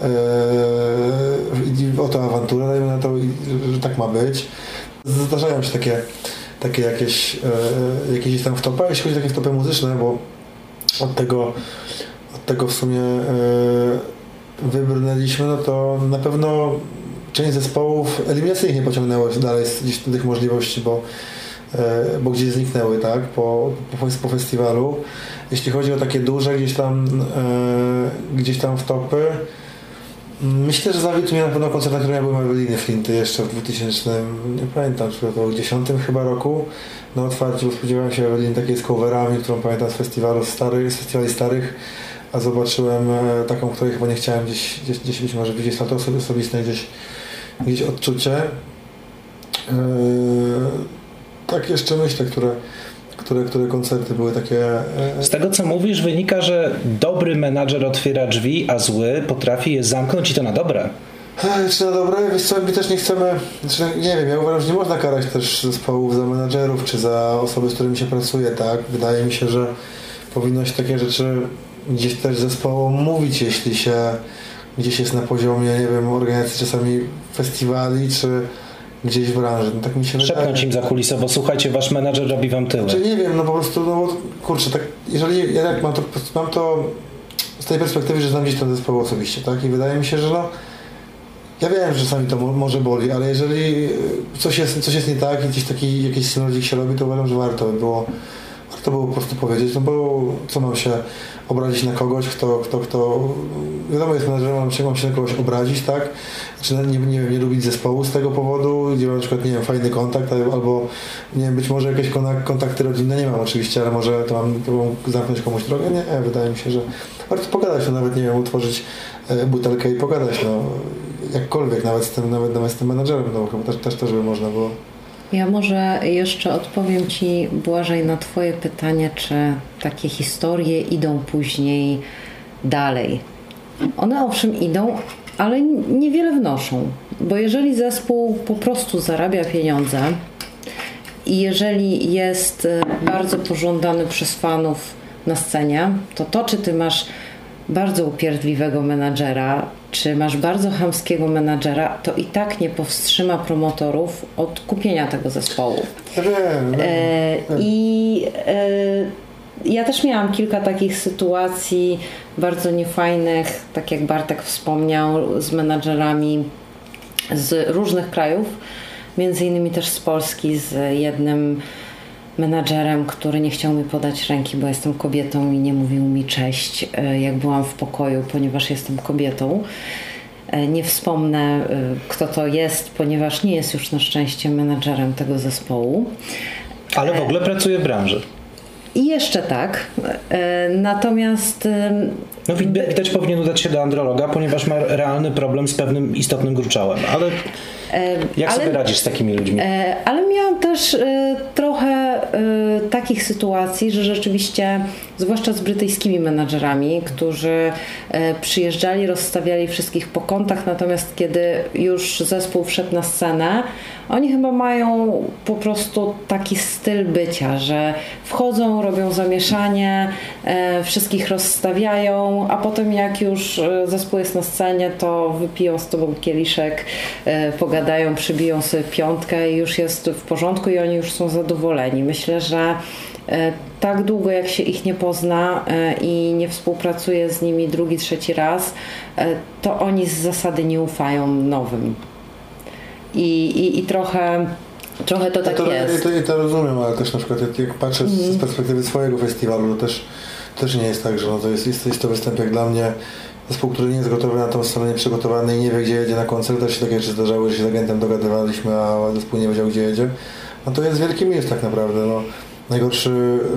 Speaker 5: yy, i oto awanturę, dajmy na to, że tak ma być. Zdarzają się takie, takie jakieś, yy, jakieś tam wtopy, jeśli chodzi o takie wtopy muzyczne, bo od tego, od tego w sumie yy, wybrnęliśmy, no to na pewno część zespołów eliminacyjnych nie pociągnęło dalej gdzieś do tych możliwości, bo, bo gdzieś zniknęły, tak, po, po, po festiwalu. Jeśli chodzi o takie duże gdzieś tam gdzieś tam wtopy, myślę, że zawiódł mnie na pewno koncert, na którym ja byłem w Eweliny Flinty jeszcze w dwutysięcznym, nie pamiętam, czy to było dziesiątym chyba roku, na otwarciu, bo spodziewałem się Eweliny takiej z coverami, którą pamiętam z festiwalu starych, z festiwali starych, a zobaczyłem taką, której chyba nie chciałem gdzieś, gdzieś, gdzieś być może widzieć, ale to osobiste gdzieś, gdzieś odczucie. Yy, tak jeszcze myślę, które, które, które koncerty były takie... Yy.
Speaker 4: Z tego co mówisz wynika, że dobry menadżer otwiera drzwi, a zły potrafi je zamknąć i to na dobre.
Speaker 5: Czy na dobre? Wiesz co, my też nie chcemy, znaczy, nie wiem, ja uważam, że nie można karać też zespołów za menadżerów, czy za osoby, z którymi się pracuje, tak? Wydaje mi się, że powinno się takie rzeczy gdzieś też zespołom mówić, jeśli się gdzieś jest na poziomie, nie wiem, organizacji czasami festiwali, czy gdzieś w branży. No tak mi się wydaje.
Speaker 4: Szepnąć im zakulisowo, słuchajcie, wasz menadżer robi wam tyły.
Speaker 5: Czy nie wiem, no po prostu, no kurczę, tak, jeżeli ja tak mam to, mam to z tej perspektywy, że znam gdzieś ten zespoł osobiście, tak, i wydaje mi się, że no ja wiem, że czasami to mo- może boli, ale jeżeli coś jest, coś jest nie tak i gdzieś taki jakiś synodzik się robi, to uważam, że warto by było to było po prostu powiedzieć, no bo co mam się obrazić na kogoś, kto, kto, kto wiadomo jest menadżerem, mam się, mam się na kogoś obrazić, tak? Czy nie, nie wiem, nie lubić zespołu z tego powodu, gdzie mam na przykład, nie wiem, fajny kontakt, albo nie wiem, być może jakieś kontakty rodzinne nie mam oczywiście, ale może to mam, to mam zamknąć komuś drogę, nie, wydaje mi się, że warto pogadać, no nawet, nie wiem, utworzyć butelkę i pogadać, no jakkolwiek, nawet z tym, nawet, nawet z tym menadżerem, no chyba też, też, też by można było.
Speaker 3: Ja może jeszcze odpowiem Ci, Błażej, na Twoje pytanie, czy takie historie idą później dalej. One owszem idą, ale niewiele wnoszą, bo jeżeli zespół po prostu zarabia pieniądze I jeżeli jest bardzo pożądany przez fanów na scenie, to to, czy ty masz bardzo upierdliwego menadżera, czy masz bardzo chamskiego menadżera, to i tak nie powstrzyma promotorów od kupienia tego zespołu.
Speaker 5: Ja wiem, wiem,
Speaker 3: e,
Speaker 5: wiem.
Speaker 3: I e, ja też miałam kilka takich sytuacji bardzo niefajnych, tak jak Bartek wspomniał, z menadżerami z różnych krajów, między innymi też z Polski, z jednym menadżerem, który nie chciał mi podać ręki, bo jestem kobietą i nie mówił mi cześć, jak byłam w pokoju, ponieważ jestem kobietą. Nie wspomnę, kto to jest, ponieważ nie jest już na szczęście menadżerem tego zespołu.
Speaker 4: Ale w ogóle pracuje w branży.
Speaker 3: I jeszcze tak. Natomiast...
Speaker 4: No widać, powinien udać się do androloga, ponieważ ma realny problem z pewnym istotnym gruczołem. Ale jak
Speaker 3: ale,
Speaker 4: sobie radzisz z takimi ludźmi?
Speaker 3: Ale miałam też trochę takich sytuacji, że rzeczywiście, zwłaszcza z brytyjskimi menadżerami, którzy przyjeżdżali, rozstawiali wszystkich po kątach, natomiast kiedy już zespół wszedł na scenę, oni chyba mają po prostu taki styl bycia, że wchodzą, robią zamieszanie, e, wszystkich rozstawiają, a potem jak już zespół jest na scenie, to wypiją z tobą kieliszek, e, pogadają, przybiją sobie piątkę i już jest w porządku i oni już są zadowoleni. Myślę, że e, tak długo jak się ich nie pozna e, i nie współpracuje z nimi drugi, trzeci raz, e, to oni z zasady nie ufają nowym. I, i, i trochę, trochę to tak
Speaker 5: ja to,
Speaker 3: jest.
Speaker 5: Ja to, ja to rozumiem, ale też na przykład jak, jak patrzę mm. z perspektywy swojego festiwalu, to też, też nie jest tak, że no to jest, jest, jest to występ jak dla mnie zespół, który nie jest gotowy na tą scenę, nieprzygotowany i nie wie, gdzie jedzie na koncert. Też się takie rzeczy zdarzały, że się z agentem dogadywaliśmy, a zespół nie wiedział, gdzie jedzie. No to jest wielki minus tak naprawdę. No. Najgorszy,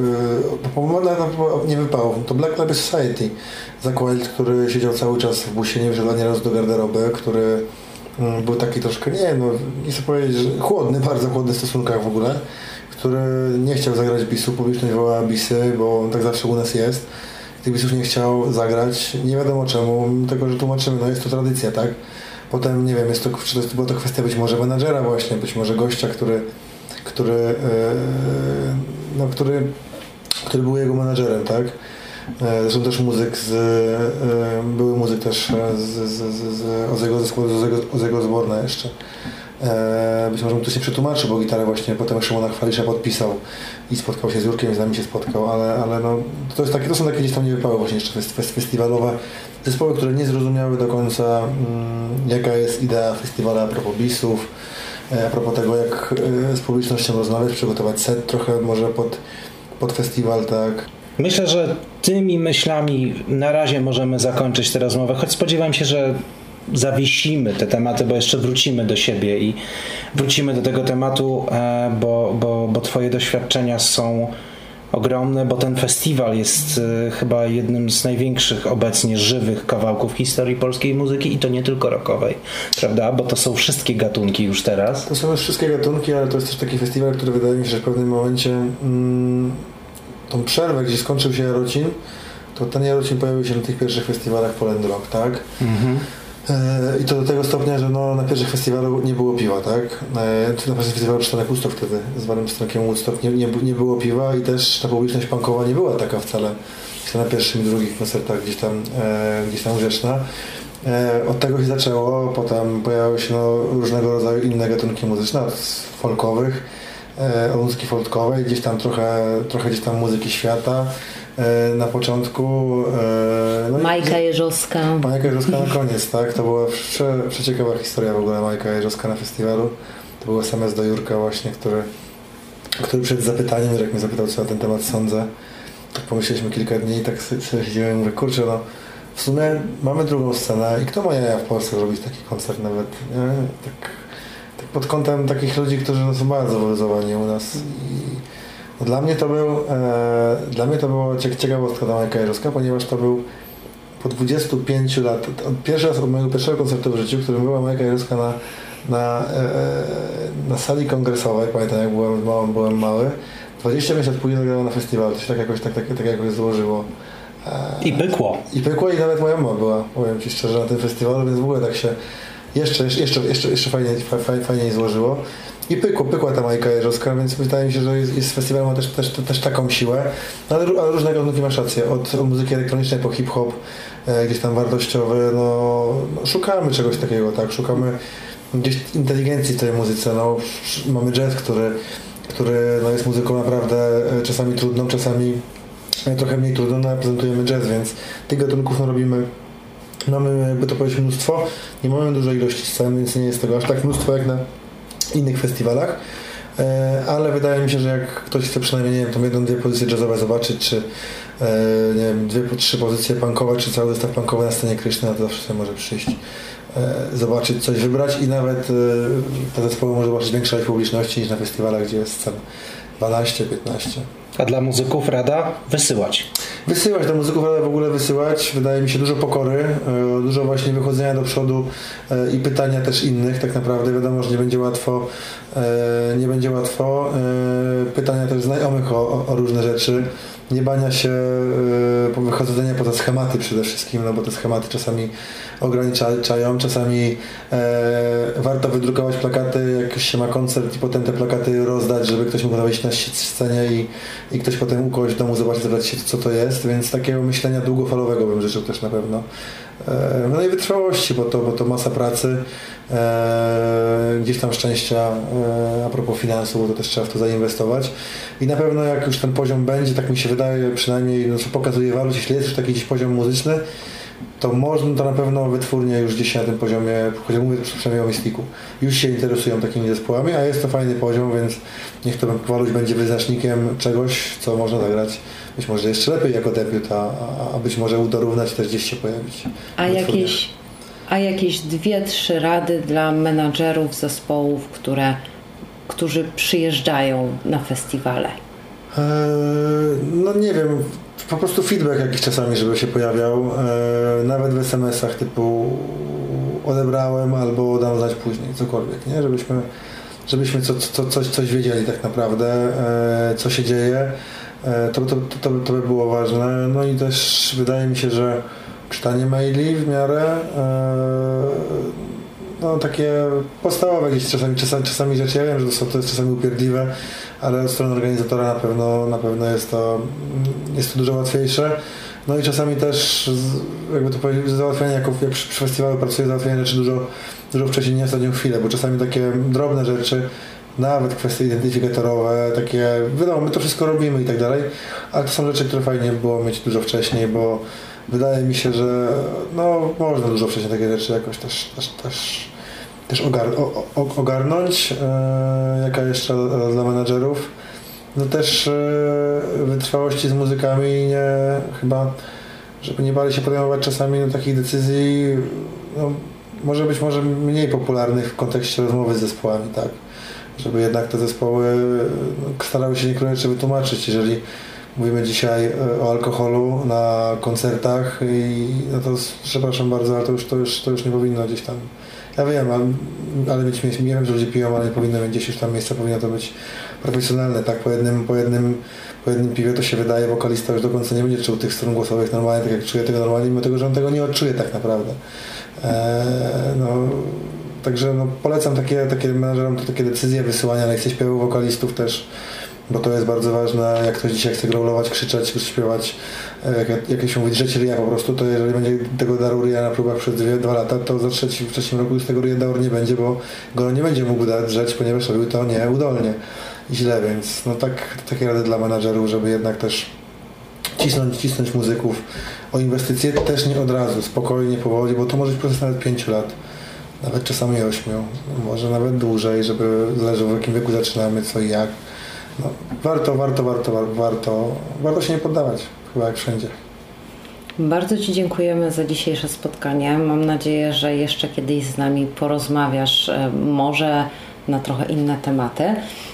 Speaker 5: yy, nie wypał, to Black Label Society. Zakład, który siedział cały czas w busie, nie wyszedł ani razu do garderoby, który był taki troszkę, nie no, nie chcę powiedzieć, że chłodny, bardzo chłodny w stosunkach w ogóle, który nie chciał zagrać bisu, publiczność wołała bisy, bo tak zawsze u nas jest. Tych bisów nie chciał zagrać, nie wiadomo czemu, tego, że tłumaczymy, no jest to tradycja, tak? Potem, nie wiem, jest to, czy to była to kwestia być może menadżera właśnie, być może gościa, który, który, yy, no, który, który był jego menadżerem, tak? Zresztą też muzyk z, były muzyk też z, z, z, z Ozego zespołu, z Ozego Osbourne'a jeszcze. Być może mu ktoś nie przetłumaczył, bo gitarę właśnie potem Szymona Chwalisza podpisał i spotkał się z Jurkiem i z nami się spotkał, ale, ale no, to, jest takie, to są takie gdzieś tam niewypały właśnie jeszcze festiwalowe. Zespoły, które nie zrozumiały do końca mm, jaka jest idea festiwala a propos bisów, a propos tego jak z publicznością rozmawiać, przygotować set trochę może pod, pod festiwal, tak.
Speaker 4: Myślę, że tymi myślami na razie możemy zakończyć tę rozmowę, choć spodziewam się, że zawiesimy te tematy, bo jeszcze wrócimy do siebie i wrócimy do tego tematu, bo, bo, bo twoje doświadczenia są ogromne, bo ten festiwal jest chyba jednym z największych obecnie żywych kawałków historii polskiej muzyki i to nie tylko rockowej, prawda? Bo to są wszystkie gatunki już teraz.
Speaker 5: To są już wszystkie gatunki, ale to jest też taki festiwal, który wydaje mi się, że w pewnym momencie mm, tą przerwę, gdzie skończył się Jarocin, to ten Jarocin pojawił się na tych pierwszych festiwalach Poland Rock, tak? Mhm. E, I to do tego stopnia, że no, na pierwszych festiwalu nie było piwa, tak? E, na pierwszym festiwalu Przystanek Woodstock wtedy, zwanym Przystankiem Woodstock, nie, nie, nie było piwa i też ta publiczność punkowa nie była taka wcale, na pierwszym i drugich koncertach gdzieś tam, e, gdzieś tam grzeczna. E, od tego się zaczęło, potem pojawiły się no, różnego rodzaju inne gatunki muzyczne, od folkowych, e, od muzyki folkowej, gdzieś tam trochę, trochę gdzieś tam muzyki świata. Na początku e, no
Speaker 3: Majka Jeżowska.
Speaker 5: Majka Jeżowska na koniec, tak? To była prze, przeciekawa historia w ogóle Majka Jeżowska na festiwalu. To był es em es do Jurka właśnie, który, który przed zapytaniem, jak mnie zapytał, co na ten temat sądzę, tak pomyśleliśmy kilka dni i tak sobie siedziałem i mówię, kurczę, no w sumie mamy drugą scenę i kto ma jaja w Polsce robić taki koncert nawet, nie? Tak, tak pod kątem takich ludzi, którzy no, są bardzo wyluzowani u nas. I Dla mnie to był, e, dla mnie to było ciekawostka dla Majka Jeżowska, ponieważ to był po dwudziestu pięciu lat, pierwszy raz od mojego pierwszego koncertu w życiu, w którym była Majka Jeżowska na, na, e, na sali kongresowej, pamiętam jak byłem mały, byłem mały, dwadzieścia pięć lat później zagrała na festiwalu, to się tak jakoś, tak, tak, tak jakoś złożyło. E,
Speaker 4: I pykło.
Speaker 5: I pykło i nawet moja mama była, powiem Ci szczerze, na tym festiwalu, więc w ogóle tak się jeszcze, jeszcze, jeszcze, jeszcze fajniej, fajniej, fajniej złożyło. i pykło, pykła ta Majka Jeżowska, więc wydaje mi się, że jest, jest festiwal ma też, też, też taką siłę, ale, ale różnego gatunki masz rację, od, od muzyki elektronicznej po hip-hop, e, gdzieś tam wartościowy, no, no szukamy czegoś takiego, tak, szukamy gdzieś inteligencji w tej muzyce, no, mamy jazz, który, który no, jest muzyką naprawdę czasami trudną, czasami trochę mniej trudną, no, prezentujemy jazz, więc tych gatunków no, robimy, mamy, jakby to powiedzieć, mnóstwo, nie mamy dużej ilości scen, więc nie jest tego aż tak mnóstwo jak na innych festiwalach, ale wydaje mi się, że jak ktoś chce przynajmniej, nie wiem, tą jedną, dwie pozycje jazzowe zobaczyć, czy nie wiem, dwie, trzy pozycje punkowe, czy cały zestaw punkowy na scenie Kryszny, no to zawsze sobie może przyjść, zobaczyć, coś wybrać i nawet te zespoły może zobaczyć większej publiczności niż na festiwalach, gdzie jest scen dwanaście piętnaście.
Speaker 4: A dla muzyków rada wysyłać.
Speaker 5: Wysyłać, dla muzyków rada w ogóle wysyłać. Wydaje mi się dużo pokory, dużo właśnie wychodzenia do przodu i pytania też innych. Tak naprawdę wiadomo, że nie będzie łatwo, nie będzie łatwo. Pytania też znajomych o, o różne rzeczy. Nie bania się wychodzenia poza schematy przede wszystkim, no bo te schematy czasami ograniczają, czasami e, warto wydrukować plakaty, jak się ma koncert i potem te plakaty rozdać, żeby ktoś mógł wyjść na scenie i, i ktoś potem u kogoś w domu zobaczyć, zobaczyć się, co to jest, więc takiego myślenia długofalowego bym życzył też na pewno. E, no i wytrwałości, bo to, bo to masa pracy, e, gdzieś tam szczęścia, e, a propos finansów, to też trzeba w to zainwestować i na pewno jak już ten poziom będzie, tak mi się wydaje, przynajmniej no, co pokazuje Waluś, jeśli jest już taki gdzieś poziom muzyczny, to można, to na pewno wytwórnie już gdzieś na tym poziomie, chociaż mówię przynajmniej o Mystiku, już się interesują takimi zespołami, a jest to fajny poziom, więc niech to Waluś będzie wyznacznikiem czegoś, co można zagrać być może jeszcze lepiej jako debiut, a, a być może dorównać też gdzieś się pojawić.
Speaker 3: A jakieś, a jakieś dwie, trzy rady dla menadżerów zespołów, które, którzy przyjeżdżają na festiwale?
Speaker 5: Eee, no nie wiem, po prostu feedback jakiś czasami, żeby się pojawiał, eee, nawet w es em esach typu odebrałem albo dam znać później, cokolwiek, nie? Żebyśmy, żebyśmy co, co, coś, coś wiedzieli tak naprawdę, eee, co się dzieje, eee, to, to, to, to by było ważne. No i też wydaje mi się, że czytanie maili w miarę, eee, no takie podstawowe gdzieś czasami, czasami, czasami rzeczy, ja wiem, że to, są, to jest czasami upierdliwe, ale od strony organizatora na pewno, na pewno jest to, jest to dużo łatwiejsze. No i czasami też, jakby to powiedzieć, załatwianie, jako jak przy, przy festiwalu pracuję, załatwianie rzeczy dużo, dużo wcześniej, nie ostatnią chwilę, bo czasami takie drobne rzeczy, nawet kwestie identyfikatorowe, takie, wiadomo, my to wszystko robimy i tak dalej, ale to są rzeczy, które fajnie było mieć dużo wcześniej, bo wydaje mi się, że no, można dużo wcześniej takie rzeczy jakoś też, też, też, też ogar, o, o, ogarnąć. E, jaka jeszcze dla menadżerów? No też e, wytrwałości z muzykami, nie, chyba, żeby nie bali się podejmować czasami no, takich decyzji, no, może być może mniej popularnych w kontekście rozmowy z zespołami, tak? Żeby jednak te zespoły no, starały się niektóre rzeczy wytłumaczyć, jeżeli mówimy dzisiaj o alkoholu na koncertach i no to przepraszam bardzo, ale to już, to już, to już nie powinno gdzieś tam. Ja wiem, ale, ale mieć, nie wiem, że ludzie piją, ale nie powinno mieć gdzieś już tam miejsca, powinno to być profesjonalne, tak? Po jednym, po jednym, po jednym piwie to się wydaje, wokalista już do końca nie będzie czuł tych strun głosowych normalnie, tak jak czuje tego normalnie, mimo tego, że on tego nie odczuje tak naprawdę. Eee, no, także no, polecam takie, takie menadżerom to takie decyzje wysyłania lekcji śpiewu wokalistów też, bo to jest bardzo ważne, jak ktoś dzisiaj chce growlować, krzyczeć, śpiewać, jak, jakieś mówić rzeczy ryja po prostu, to jeżeli będzie tego daru ryja na próbach przez dwie, dwa lata, to za trzeci, w trzecim roku już tego ryja daru nie będzie, bo go nie będzie mógł drzeć, ponieważ robił to nieudolnie i źle, więc no tak, takie rady dla menadżerów, żeby jednak też cisnąć, cisnąć muzyków o inwestycje, też nie od razu, spokojnie, powoli, bo to może być proces nawet pięciu lat, nawet czasami ośmiu, może nawet dłużej, żeby zależy w jakim wieku zaczynamy, co i jak. No, warto, warto, warto, warto, warto się nie poddawać, chyba jak wszędzie.
Speaker 3: Bardzo Ci dziękujemy za dzisiejsze spotkanie. Mam nadzieję, że jeszcze kiedyś z nami porozmawiasz, może na trochę inne tematy,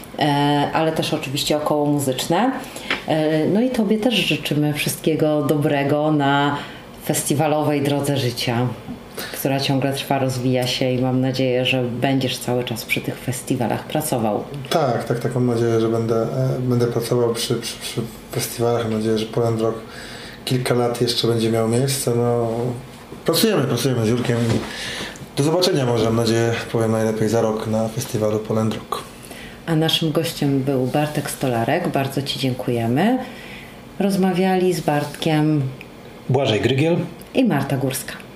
Speaker 3: ale też oczywiście około muzyczne. No i Tobie też życzymy wszystkiego dobrego na festiwalowej drodze życia, która ciągle trwa, rozwija się i mam nadzieję, że będziesz cały czas przy tych festiwalach pracował.
Speaker 5: Tak, tak, tak. Mam nadzieję, że będę, będę pracował przy, przy, przy festiwalach. Mam nadzieję, że Poland Rock kilka lat jeszcze będzie miał miejsce. No, pracujemy, pracujemy z Jurkiem i do zobaczenia może, mam nadzieję, powiem najlepiej za rok na festiwalu Poland Rock.
Speaker 3: A naszym gościem był Bartek Stolarek. Bardzo Ci dziękujemy. Rozmawiali z Bartkiem
Speaker 4: Błażej Grygiel
Speaker 3: i Marta Górska.